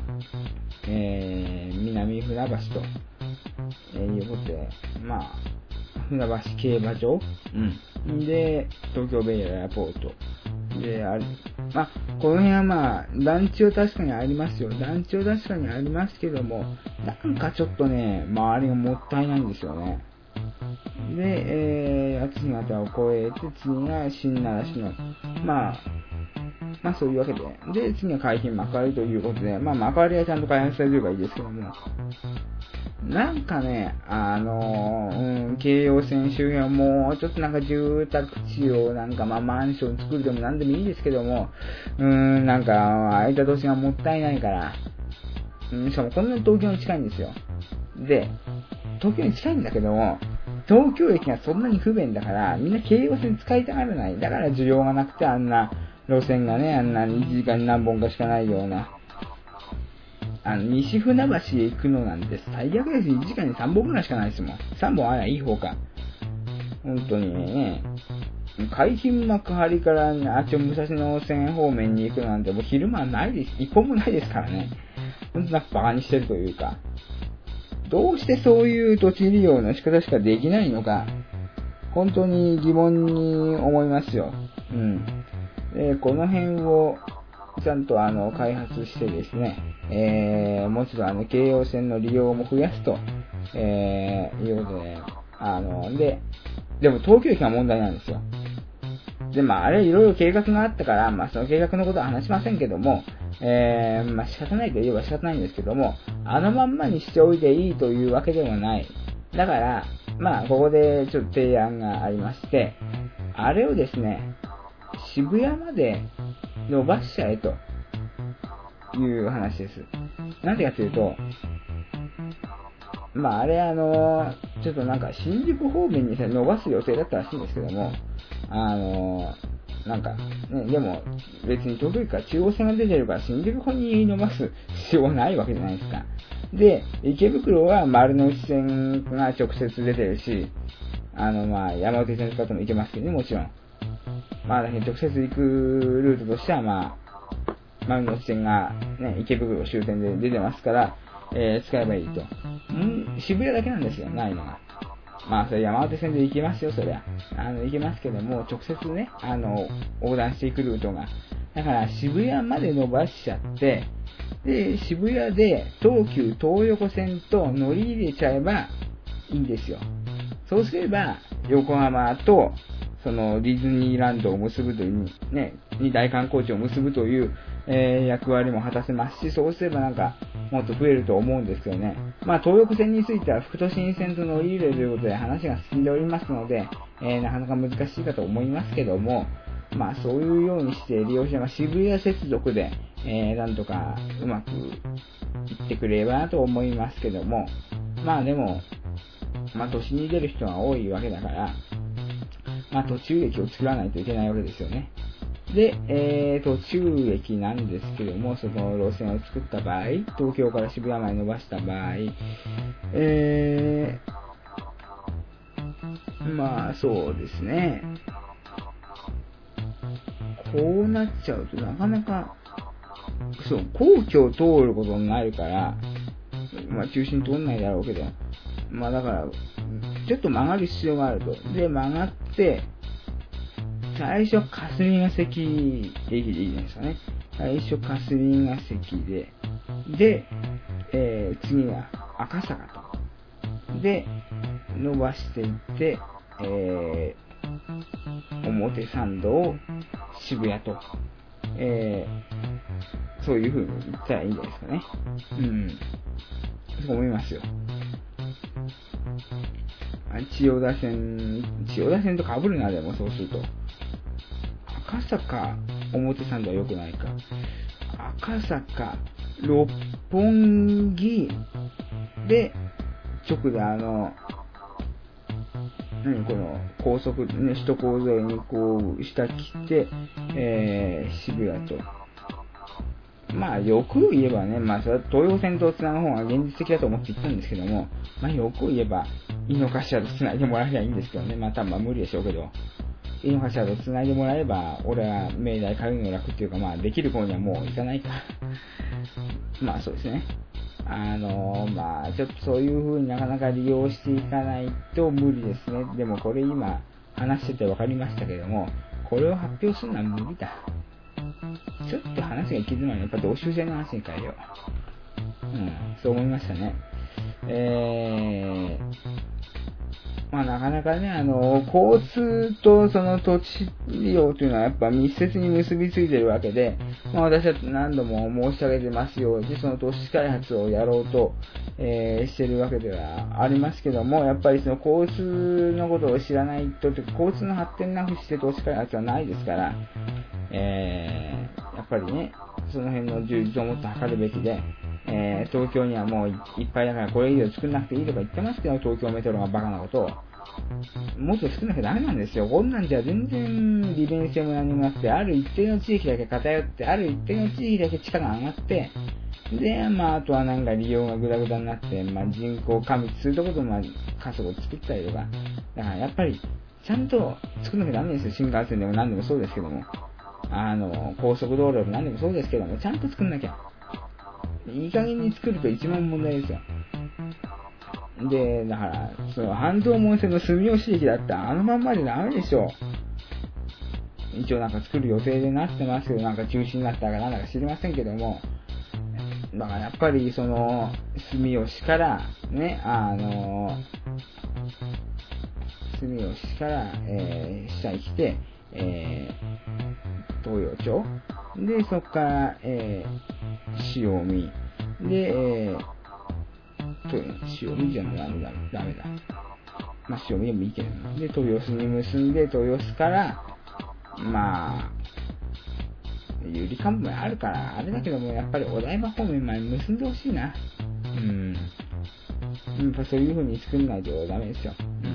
えー、南船橋と、えー、いうことで、まあ、船橋競馬場、うん、で、東京ベイエアポート、で、あれ、まあ、この辺はまあ、団地は確かにありますよ。団地は確かにありますけども、なんかちょっとね、周りがもったいないんですよね。で、えー、八ヶ岳を越えて、次が新奈良市の、まあ、まあそういうわけで、で、次は海浜幕張ということで、まあ幕張はちゃんと開発されてればいいですけども、なんかね、あのー、うん、京葉線周辺はもうちょっとなんか住宅地をなんかまあマンション作るでもなんでもいいですけども、うーん、なんか空いた土地がもったいないから、うん、しかもこんなに東京に近いんですよ。で、東京に近いんだけども、東京駅がそんなに不便だから、みんな京葉線使いたがらない。だから需要がなくてあんな路線がね、あんないちじかんに何本かしかないような、あの、西船橋へ行くのなんて最悪です。いちじかんにさんぼんぐらいしかないですもん。さんぼんあればいい方か。本当にね、海浜幕張から、ね、あっち武蔵野線方面に行くなんてもう昼間ないです。一本もないですからね。ほんとなんかバカにしてるというか。どうしてそういう土地利用の仕方しかできないのか、本当に疑問に思いますよ。うん。で、この辺を、ちゃんとあの開発してですね、えー、もう一度あの京葉線の利用も増やすと、えー、いうことで、あの、で、でも東京駅が問題なんですよ。で、まああれいろいろ計画があったから、まあその計画のことは話しませんけども、えー、まあ仕方ないと言えば仕方ないんですけども、あのまんまにしておいていいというわけではない。だから、まあここでちょっと提案がありまして、あれをですね、渋谷まで伸ばしちゃえという話です。なんでかというと、まああれあの、ちょっとなんか新宿方面に伸ばす予定だったらしいんですけども、あの、なんか、ね、でも別に東京駅から中央線が出てるから新宿方に伸ばす必要はないわけじゃないですか。で、池袋は丸の内線が直接出てるし、あのまあ山手線使っても行けますけどね、もちろん。まあ、直接行くルートとしては、まあ、丸の内線が、ね、池袋終点で出てますから、えー、使えばいいと。ん渋谷だけなんですよ、ないのが。まあ、それ山手線で行けますよ、そりゃ。あの、行けますけども、直接ね、あの、横断していくルートが。だから、渋谷まで伸ばしちゃって、で、渋谷で東急東横線と乗り入れちゃえばいいんですよ。そうすれば、横浜と、そのディズニーランドを結ぶという、ね、二大観光地を結ぶという、えー、役割も果たせますし、そうすればなんか、もっと増えると思うんですけどね。まあ、東横線については、副都心線と乗り入れるということで話が進んでおりますので、えー、なかなか難しいかと思いますけども、まあ、そういうようにして利用者が渋谷接続で、えー、なんとかうまくいってくれればなと思いますけども、まあでも、まあ、都心に出る人が多いわけだから、まあ、途中駅を作らないといけないわけですよね。で、えー、途中駅なんですけども、その路線を作った場合、東京から渋谷まで伸ばした場合、えまあそうですね。こうなっちゃうとなかなか、そう、皇居を通ることになるから、まあ中心通んないだろうけど、まあだから、ちょっと曲がる必要があると。で、曲がって、最初霞ヶ関駅でいいじゃないですかね。最初霞ヶ関で、で、えー、次は赤坂と。で、伸ばしていって、えー、表参道、渋谷と、えー、そういう風に言ったらいいんじゃないですかね。うん。そう思いますよ。千代田線、千代田線と被るな、でもそうすると。赤坂、表参道は良くないか。赤坂、六本木で、直であの、何この高速、ね、首都高沿いにこう下切って、えー、渋谷と。まあよく言えばね、まあそれは東洋線とつなぐ方が現実的だと思って言ったんですけども、まあよく言えば井の頭とつないでもらえばいいんですけどね、まあ多分まあ無理でしょうけど、井の頭とつないでもらえば、俺は明大通うの楽っていうか、まあできる方にはもう行かないか。まあそうですね。あのー、まあちょっとそういう風になかなか利用していかないと無理ですね。でもこれ今話してて分かりましたけども、これを発表するのは無理だ。ちょっと話が行き詰まるのやっぱ同州制の話に変えよう。うん、そう思いましたね。えー、まあなかなかね、あの、交通とその土地利用というのはやっぱ密接に結びついているわけで、まあ私は何度も申し上げてますように、その都市開発をやろうと、えー、しているわけではありますけども、やっぱりその交通のことを知らないと、交通の発展なくして都市開発はないですから、えー、やっぱりね、その辺の充実をもっと図るべきで、えー、東京にはもう い, いっぱいだからこれ以上作んなくていいとか言ってますけど、東京メトロがバカなことを。もっと作んなきゃダメなんですよ。こんなんじゃ全然利便性も何もなくて、ある一定の地域だけ偏って、ある一定の地域だけ地価が上がって、で、まあ、あとはなんか利用がグダグダになって、まあ、人口過密するとことまあ、過疎を作ったりとか。だからやっぱり、ちゃんと作んなきゃダメですよ。新幹線でも何でもそうですけども。あの、高速道路でも何でもそうですけども、ちゃんと作んなきゃ。いい加減に作ると一番問題ですよ。で、だから、その半蔵門線の住吉駅だったらあのまんまでダメでしょ。一応なんか作る予定でなってますけど、なんか中止になったかなんだか知りませんけども、だからやっぱりその、住吉から、ね、あの、住吉から、えー、下に来て、えー、東洋町で、そこから、えー、塩見で、えー、塩見じゃダメだ、ダメだ。まあ、塩見でもいいけど、で、豊洲に結んで、豊洲から、まあ、ゆりかんぼもあるから、あれだけども、やっぱりお台場方面まで結んでほしいな。うん。やっぱそういう風に作んないとダメですよ。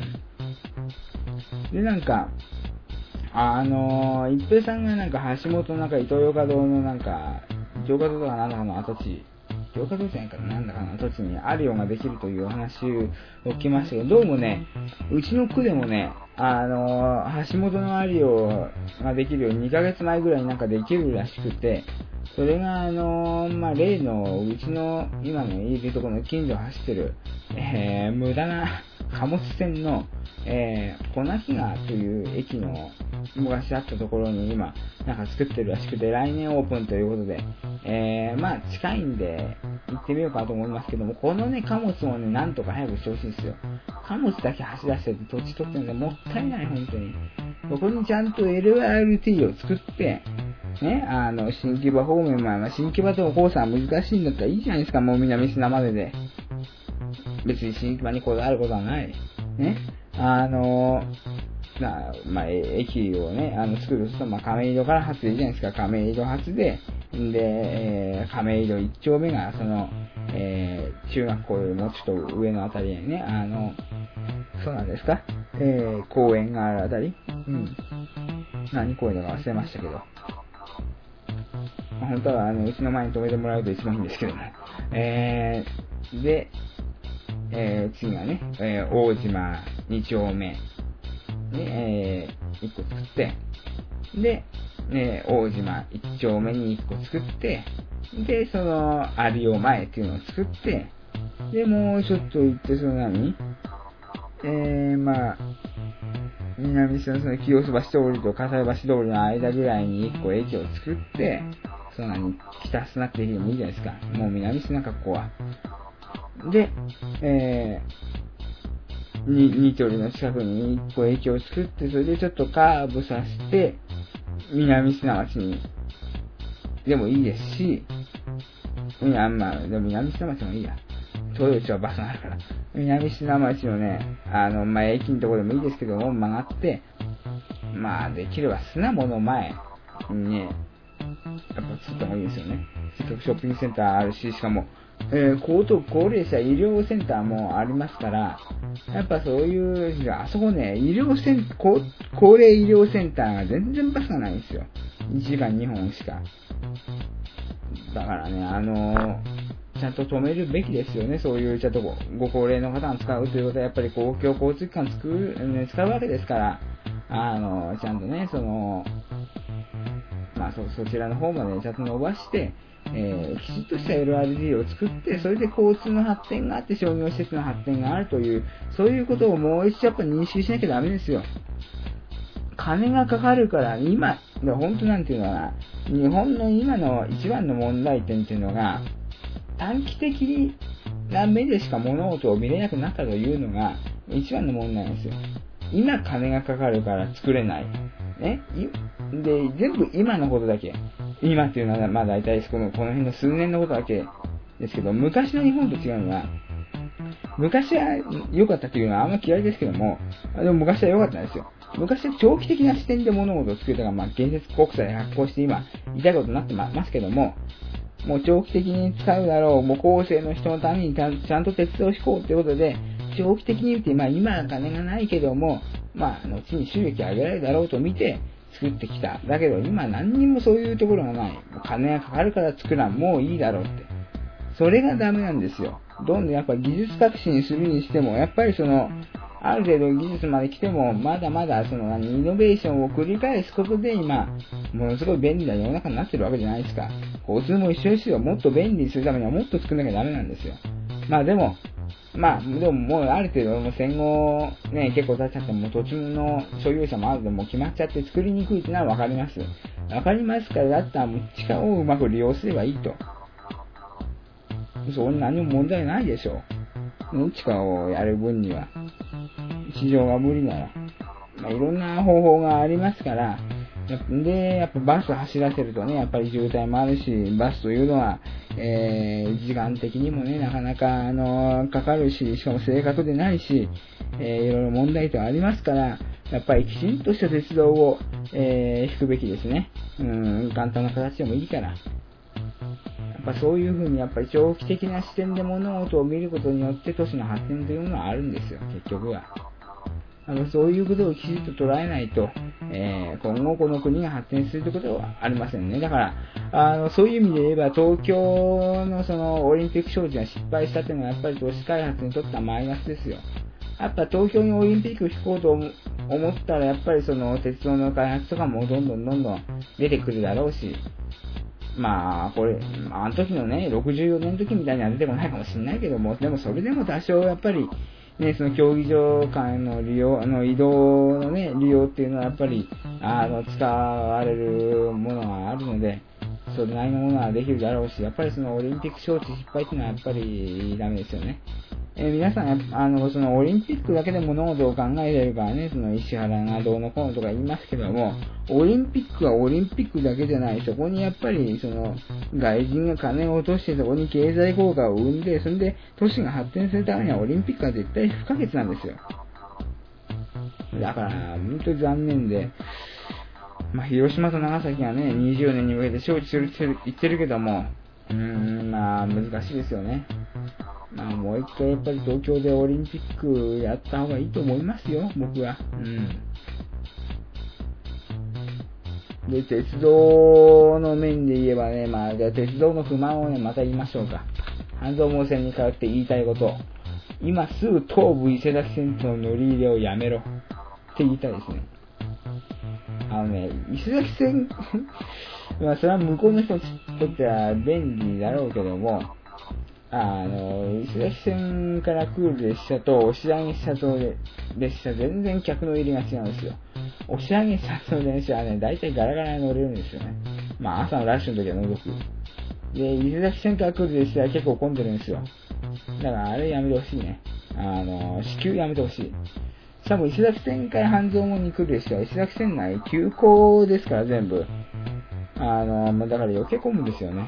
うん。で、なんか、あのー、一平さんがなんか橋本なんか伊東洋華堂のなんか、城華堂とかなんだかの跡地、城華堂じゃないかな、なんだかの跡地にあるようができるというお話を聞きましたけど、どうもね、うちの区でもね、あのー、橋本のアリオができるようににかげつまえぐらいになんかできるらしくて、それがあのー、まあ、例のうちの今のいるところの近所を走ってる、えー、無駄な貨物船の、えー、小牧川という駅の昔あったところに今なんか作ってるらしくて、来年オープンということで、えー、まあ近いんで行ってみようかと思いますけども、このね貨物もねなんとか早くしてほしいんですよ。貨物だけ走らせて土地取ってるのでもったいない本当に。ここにちゃんと エルアールティー を作ってね、あの新木場方面も、まあ、新木場と黄砂は難しいんだったらいいじゃないですか。もう南砂までで別に新木場にこだわることはないね。あのなまあ、駅をね、あの作ると、まあ、亀戸から発でいいじゃないですか。亀戸発で、で、えー、亀戸一丁目が、その、えー、中学校よりもちょっと上のあたりにね、あの、そうなんですか、えー、公園があるあたり、うん。何公園だか忘れましたけど。まあ、本当は、あの、うちの前に止めてもらうと一番いいんですけども。えー、で、えー、次はね、えー、大島二丁目。 ね、えー、いっこ作って、で、ね、大島いっ丁目にいっこ作って、で、その、有尾前っていうのを作って、で、もうちょっと行って、その何えー、まあ、南下のその清洲橋通りと葛西橋通りの間ぐらいにいっこ駅を作って、その何、北砂って駅でもいいじゃないですか。もう南砂か、ここは。で、えー、に、ニトリの近くにいっこ駅を作って、それでちょっとカーブさせて、南砂町に、でもいいですし、いや、まあ、でも南砂町もいいや。東洋町はバスがあるから。南砂町のね、あの、まあ、駅のところでもいいですけども、曲がって、まあ、できれば砂もの前にね、やっぱ作った方がいいですよね。せっかくショッピングセンターあるし、しかも、えー、高等高齢者医療センターもありますから、やっぱそういう、あそこね、医療セン高、高齢医療センターが全然バスがないんですよ。いちじかんにほんしか。だからね、あのー、ちゃんと止めるべきですよね。そういうちゃんとご高齢の方が使うということはやっぱり公共交通機関作る、ね、使うわけですから、あのちゃんとね、そのまあ そ, そちらの方までちゃんと伸ばして、えー、きちっとした エルアールディー を作って、それで交通の発展があって商業施設の発展があるという、そういうことをもう一度やっぱ認識しなきゃダメですよ。金がかかるから、今、本当なんていうのかな、日本の今の一番の問題点っていうのが、短期的な目でしか物事を見れなくなったというのが一番の問題なんですよ。今金がかかるから作れない。ね。で、全部今のことだけ。今っていうのはまあ大体この、この辺の数年のことだけですけど、昔の日本と違うのは、昔は良かったというのはあんま嫌いですけども、でも昔は良かったんですよ。昔は長期的な視点で物事を作れたから、まあ建設国債発行して今、痛いことになってますけども、もう長期的に使うだろう、もう後世の人のためにちゃんと鉄道を引こうということで、長期的に言って、まあ今は金がないけども、まあ後に収益を上げられるだろうと見て作ってきた。だけど今何にもそういうところがない。金がかかるから作らん、もういいだろうって。それがダメなんですよ。どんどんやっぱ技術革新するにしても、やっぱりその、ある程度技術まで来ても、まだまだそのイノベーションを繰り返すことで今、ものすごい便利な世の中になってるわけじゃないですか。交通も一緒ですよ。もっと便利にするためにはもっと作んなきゃダメなんですよ。まあでも、まあでももうある程度もう戦後ね、結構経っちゃっても土地の所有者もあるのでもう決まっちゃって作りにくいっていうのはわかります。わかりますから、だったらもう地下をうまく利用すればいいと。そんなにも問題ないでしょう。地下をやる分には。市場が無理なら。まあ、いろんな方法がありますから、で、やっぱバス走らせるとね、やっぱり渋滞もあるし、バスというのは、えー、時間的にもね、なかなか、あの、かかるし、しかも正確でないし、えー、いろいろ問題点ありますから、やっぱりきちんとした鉄道を、えー、引くべきですね。うん、簡単な形でもいいから。やっぱそういう風にやっぱり長期的な視点で物事を見ることによって都市の発展というのはあるんですよ、結局は。あのそういうことをきちっと捉えないと、えー、今後この国が発展するということはありませんね。だからあのそういう意味で言えば東京のそのオリンピック招致が失敗したというのはやっぱり都市開発にとってはマイナスですよ。やっぱ東京にオリンピックを引こうと思ったらやっぱりその鉄道の開発とかもどんどんどんどん出てくるだろうし、まあ、これ、あの時のね、ろくじゅうよねんの時みたいには出てこないかもしれないけども、でもそれでも多少やっぱり、ね、その競技場間の利用、あの移動のね、利用っていうのはやっぱり、あの、使われるものがあるので、それなりのものはできるだろうし、やっぱりそのオリンピック招致失敗っていうのはやっぱりダメですよね。えー、皆さん、あの、そのオリンピックだけで物事を考えてるからね、その石原がどうのこうのとか言いますけども、オリンピックはオリンピックだけじゃない、そこにやっぱり、その、外人が金を落として、そこに経済効果を生んで、それで都市が発展するためにはオリンピックは絶対不可欠なんですよ。だから、本当に残念で、まあ、広島と長崎はね、にじゅうねんに向けて招致するって言ってるけども、うーん、まあ、難しいですよね。まあ、もう一回やっぱり東京でオリンピックやった方がいいと思いますよ、僕は。うん。で、鉄道の面で言えばね、まあ、じゃあ鉄道の不満をね、また言いましょうか。半蔵門線に通って言いたいこと。今すぐ東武伊勢崎線との乗り入れをやめろ。 って言いたいですね。あのね、石崎線、まあそれは向こうの人にとっては便利だろうけども、あの、石崎線から来る列車と押上車と列車、全然客の入りが違うんですよ。押上車と列車はね、大体ガラガラに乗れるんですよね。まあ朝のラッシュの時は除く。で、石崎線から来る列車は結構混んでるんですよ。だからあれやめてほしいね。あの、至急やめてほしい。しかも石崎線から半蔵門に来る列車は石崎線内急行ですから全部。あの、だから余計混むんですよね。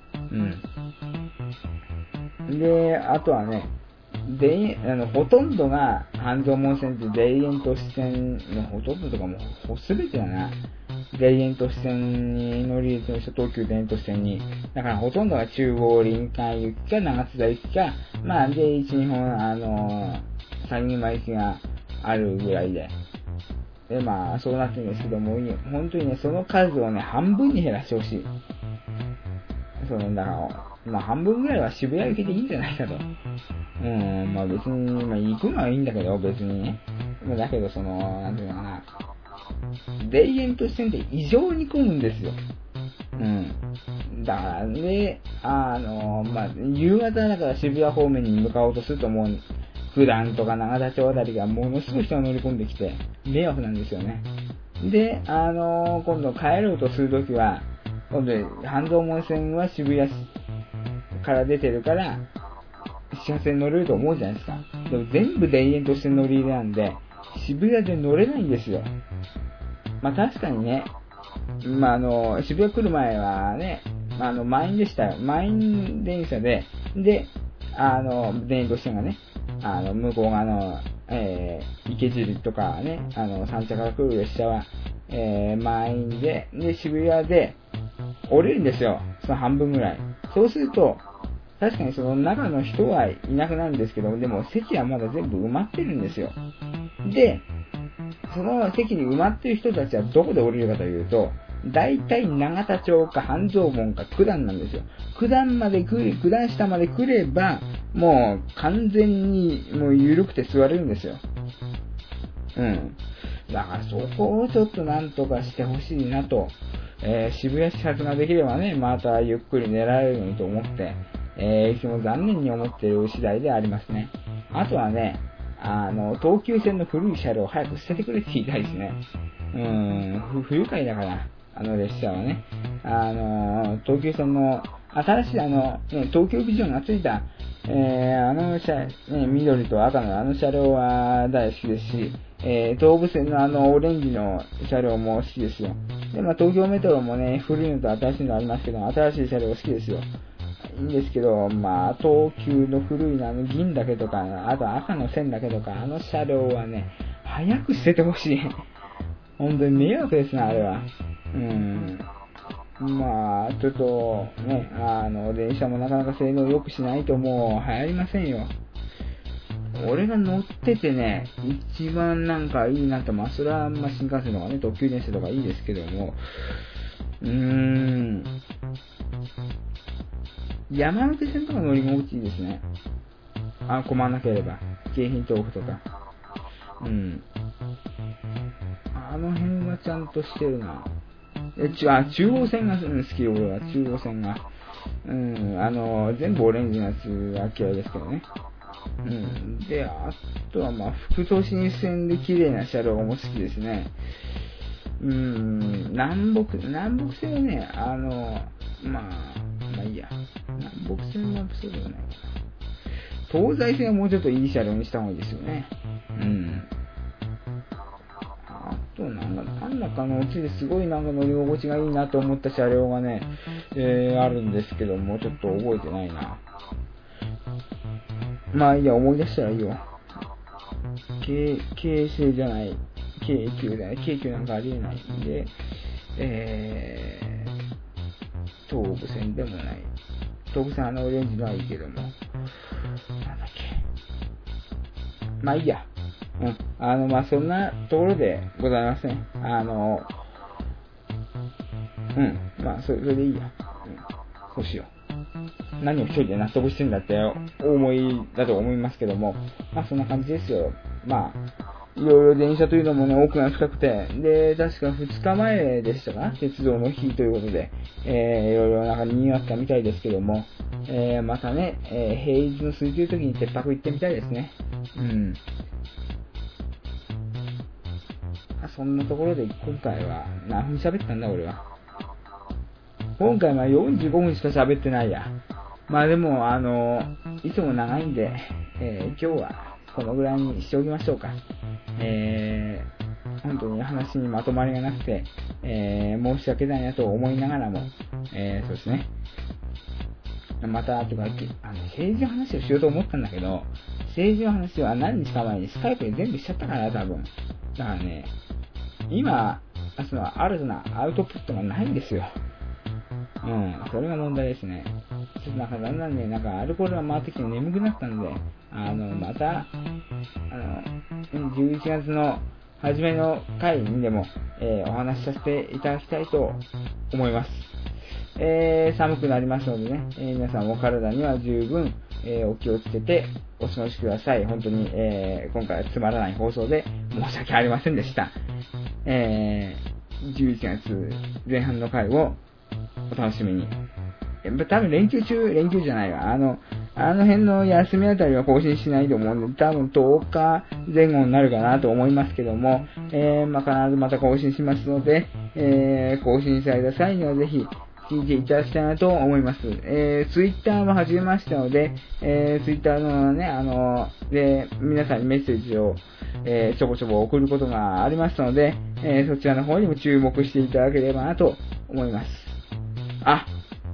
うん。で、あとはね、であのほとんどが半蔵門線って田園都市線のほとんどとかもうすべてだな。田園都市線に乗り入れてる人、東急田園都市線に。だからほとんどが中央林間行きか長津田行きか、まあで、一日本、あの、鷺沼行きがあるぐらいで。で、まあ、そうなってるんですけども、本当にね、その数をね、半分に減らしてほしい。その、だから、まあ、半分ぐらいは渋谷行きでいいんじゃないかと。うん、まあ別に、まあ行くのはいいんだけど、別にね。だけど、その、なんていうのかな。田園都市線って異常に混むんですよ。うん。だからね、あの、まあ、夕方だから渋谷方面に向かおうとするともう、九段とか永田町あたりがものすごい人が乗り込んできて、迷惑なんですよね。で、あの、今度帰ろうとするときは、今度、半蔵門線は渋谷から出てるから、始発に乗れると思うじゃないですか。でも全部田園都市線乗り入れなんで、渋谷で乗れないんですよ。まあ確かにね、まああの、渋谷来る前はね、まあ、あの、満員でしたよ。満員電車で、で、あの、田園都市線がね、あの、向こう側の、えー、池尻とかね、あの、三茶から来る列車は、えー、満員で、で、渋谷で降りるんですよ。その半分ぐらい。そうすると、確かにその中の人はいなくなるんですけど、でも席はまだ全部埋まってるんですよ。で、その席に埋まってる人たちはどこで降りるかというと、大体永田町か半蔵門か九段なんですよ。九段まで来る、九段下まで来れば、もう完全にもう緩くて座れるんですよ。うん。だからそこをちょっとなんとかしてほしいなと、えー、渋谷始発ができればね、またゆっくり寝られるのにと思って、えー、いつも残念に思っている次第でありますね。あとはね、あの、東急線の古い車両を早く捨ててくれって言いたいですね。うーん、不愉快だから、あの列車はね。あの、東急線の、新しいあの、ね、東急ビジョンがついた、えー、あの車、ね、緑と赤のあの車両は大好きですし、えー、東武線のあのオレンジの車両も好きですよ。で、まあ東京メトロもね、古いのと新しいのありますけど、新しい車両好きですよ。いいんですけど、まあ、東急の古いのあの銀だけとか、あと赤の線だけとか、あの車両はね、早く捨ててほしい。本当に迷惑ですね、あれは。うん。まあ、ちょっと、ね、あの、電車もなかなか性能良くしないともう流行りませんよ。俺が乗っててね、一番なんかいいなと、まあ、それはまあ新幹線とかね、特急電車とかいいですけども、うーん、山手線とか乗り心地いいですね。あ、困らなければ。京浜東北とか。うん。あの辺はちゃんとしてるな。え、ちあ、中央線が、うん、好きよ、俺は。中央線が。うん、あの、全部オレンジのやつが嫌いですけどね。うん。で、あとはまあ、副都心線で綺麗な車両も好きですね。うん、南北、南北線はね、あの、まあ、まあいいや。南北線はそうでもないかな。東西線はもうちょっといい車両にした方がいいですよね。うん。あと、なんか、なんだかのうちですごいなんか乗り心地がいいなと思った車両がね、えー、あるんですけども、ちょっと覚えてないな。まあいいや、思い出したらいいよ。京、京成じゃない。京急だね。京急なんかありえないんで、えー、東武線でもない。東武線あのオレンジのはいいけども。なんだっけ。まあいいや。うん。あの、まあそんなところでございません。あの、うん。まあそれ、それでいいや。うん。そうしよう。何を一人で納得してんだって思いだと思いますけども、まあそんな感じですよ。まあ、 いろいろ電車というのもね、奥が深くて、で、確かふつかまえでしたか、鉄道の日ということで、えー、いろいろなんか賑わったみたいですけども、えー、またね、えー、平日の空いてる時に鉄泊行ってみたいですね。うん。そんなところで今回は何分喋ったんだ俺は。今回はよんじゅうごふんしか喋ってないや。まあでも、あの、いつも長いんで、えー、今日はこのぐらいにしておきましょうか。えー、本当に話にまとまりがなくて、えー、申し訳ないなと思いながらも、えー、そうですね。また、とか、あの、政治の話をしようと思ったんだけど、政治の話は何日か前にスカイプで全部しちゃったから、多分。だからね、今、その、新たなアウトプットがないんですよ。うん、それが問題ですね。ちょっとなんかだんだんね、なんかアルコールが回ってきて眠くなったので、あの、また、あの、じゅういちがつの初めの回にでも、えー、お話しさせていただきたいと思います。えー、寒くなりますのでね、えー、皆さんお体には十分、えー、お気をつけてお過ごしください。本当に、えー、今回はつまらない放送で申し訳ありませんでした。えー、じゅういちがつぜん半の回をお楽しみに。多分連休中、連休じゃないわ。あの、あの辺の休みあたりは更新しないと思うんで、多分とおかぜん後になるかなと思いますけども、えー、まあ、必ずまた更新しますので、えー、更新された際にはぜひ、聞いていただきたいなと思います。えー、ツイッターも始めましたので、えー、ツイッターのね、あの、で、皆さんにメッセージを、えー、ちょこちょこ送ることがありますので、えー、そちらの方にも注目していただければなと思います。あ、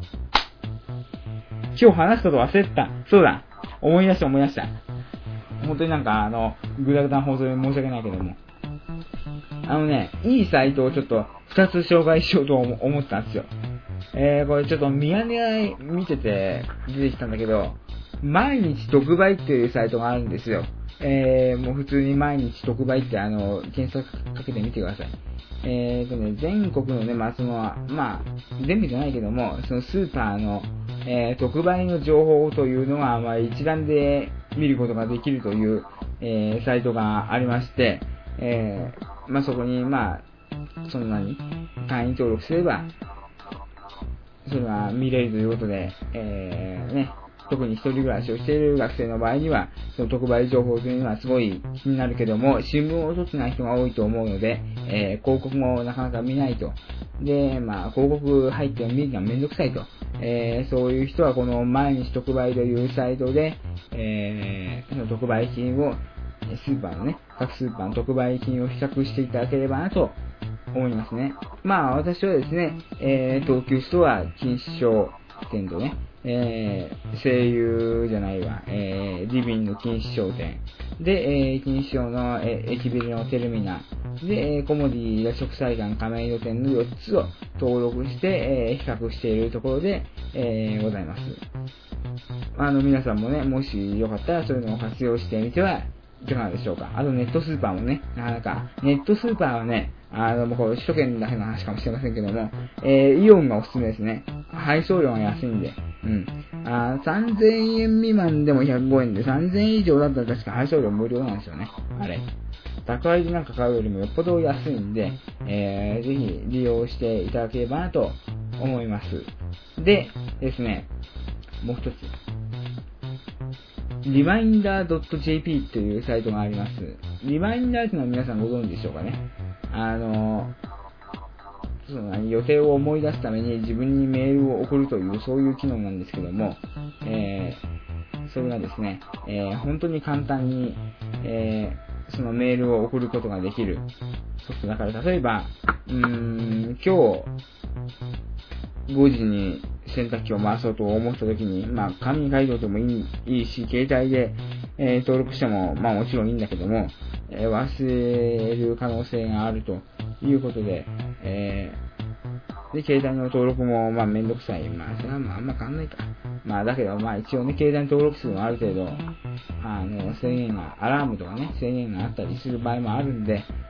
今日話すこと忘れてた。そうだ。思い出した思い出した。本当になんかあの、ぐだぐだな放送で申し訳ないけども。あのね、いいサイトをちょっと二つ紹介しようと思ったんですよ。えー、これちょっと見上げ見てて出てきたんだけど、毎日特売っていうサイトがあるんですよ。えー、もう普通に毎日特売ってあの、検索かけてみてください。えーとね、全国のね、まあその、まあ、全部じゃないけども、そのスーパーの、えー、特売の情報というのが、まあ一覧で見ることができるという、えー、サイトがありまして、えー、まあそこに、まあ、そんなに会員登録すれば、それは見れるということで、えー、ね、特に一人暮らしをしている学生の場合には、その特売情報というのはすごい気になるけども、新聞を取ってない人が多いと思うので、えー、広告もなかなか見ないと。で、まあ、広告入っても見るのがめんどくさいと。えー、そういう人はこの毎日特売というサイトで、えー、その特売品を、スーパーのね、各スーパーの特売品を比較していただければなと思いますね。まあ、私はですね、えー、東急ストア、錦糸町店とね、えー、声優じゃないわ、えー、リビンの錦糸町店で、えー、錦糸町の、えー、駅ビルのテルミナで、えー、コモディや食祭館亀戸店のよっつを登録して、えー、比較しているところで、えー、ございます。あの、皆さんもね、もしよかったらそういうのを活用してみてはいかがでしょうか。あとネットスーパーもね、なかなか、ネットスーパーはね、あの、もうこれ首都圏だけの話かもしれませんけども、えー、イオンがおすすめですね。配送料が安いんで。うん。あさんぜんえん未満でもひゃくごえんで、さんぜんえん以上だったら確か配送料無料なんですよね。あれ。宅配でなんか買うよりもよっぽど安いんで、えー、ぜひ利用していただければなと思います。で、ですね、もう一つ。リマインダー .jp というサイトがあります。リマインダーというのは皆さんご存知でしょうかね。あの、その予定を思い出すために自分にメールを送るというそういう機能なんですけども、えー、それがですね、えー、本当に簡単に、えー、そのメールを送ることができるソフトだから、例えば、うーん、今日ごじに洗濯機を回そうと思った時に、まあ、紙に書いておいてもいい、いいし、携帯で、えー、登録しても、まあもちろんいいんだけども、えー、忘れる可能性があるということで、えー、で、携帯の登録も、まあめんどくさい。まあ、それはまああんま変わんないか。まあだけど、まあ一応ね、携帯に登録するのはある程度、あの、制限が、アラームとかね、制限があったりする場合もあるんで、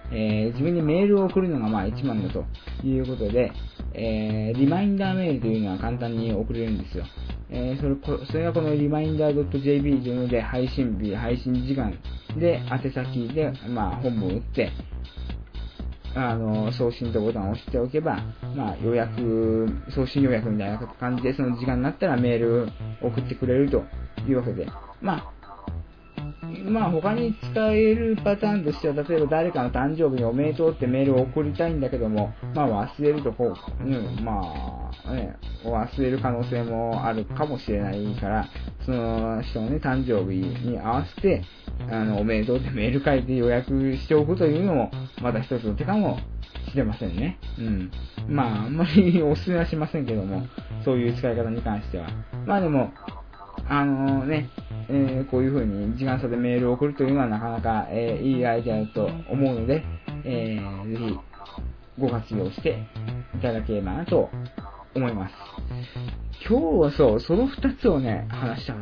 えー、自分にメールを送るのがまあ一番だということで、えー、リマインダーメールというのは簡単に送れるんですよ。えー、それこそれがこのリマインダー .jp というので、配信日、配信時間で、宛先で、まあ、本文を打って、あの、送信とボタンを押しておけば、まあ、予約、送信予約みたいな感じで、その時間になったらメールを送ってくれるというわけで、まあ、まあ他に使えるパターンとしては、例えば誰かの誕生日におめでとうってメールを送りたいんだけども、まあ忘れるとこう、うん、まあね、忘れる可能性もあるかもしれないから、その人のね、誕生日に合わせて、あの、おめでとうってメール書いて予約しておくというのも、また一つの手かもしれませんね。うん。まあ、あんまりお勧めはしませんけども、そういう使い方に関しては。まあでも、あのね、えー、こういう風に時間差でメールを送るというのはなかなか、えー、いいアイデアだと思うので、えー、ぜひご活用していただければなと思います。今日はそう、そのふたつをね、話したかった。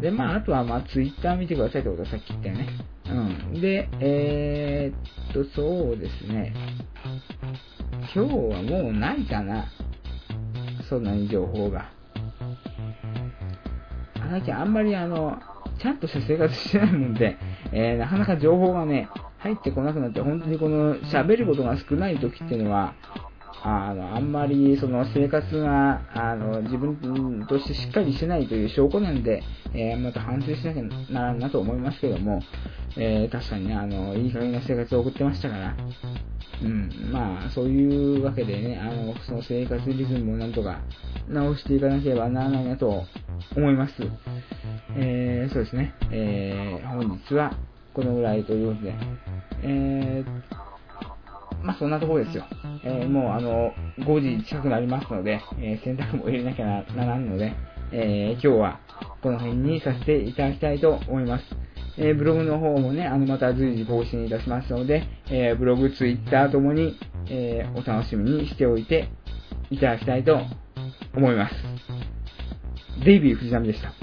で、まあ、あとは、まあ、ツイッター見てくださいってことはさっき言ったよね。うん。で、えー、っと、そうですね。今日はもうないかな。そんなに情報が。最近あんまりあの、ちゃんとした生活してないもんで、えー、なかなか情報がね、入ってこなくなって、本当にこの喋ることが少ない時っていうのは、あの、あんまりその生活が、あの、自分としてしっかりしてないという証拠なんで、えー、また反省しなきゃならんなと思いますけども、えー、確かにね、あの、いい加減な生活を送ってましたから、うん、まあ、そういうわけでね、あの、その生活リズムをなんとか直していかなければならないなと思います。えー、そうですね、えー、本日はこのぐらいということで、えー、まあそんなところですよ。えー、もうあの、ごじ近くなりますので、えー、洗濯も入れなきゃならんので、えー、今日はこの辺にさせていただきたいと思います。えー、ブログの方もね、あの、また随時更新いたしますので、えー、ブログ、ツイッターともに、えー、お楽しみにしておいていただきたいと思います。デイビー藤波でした。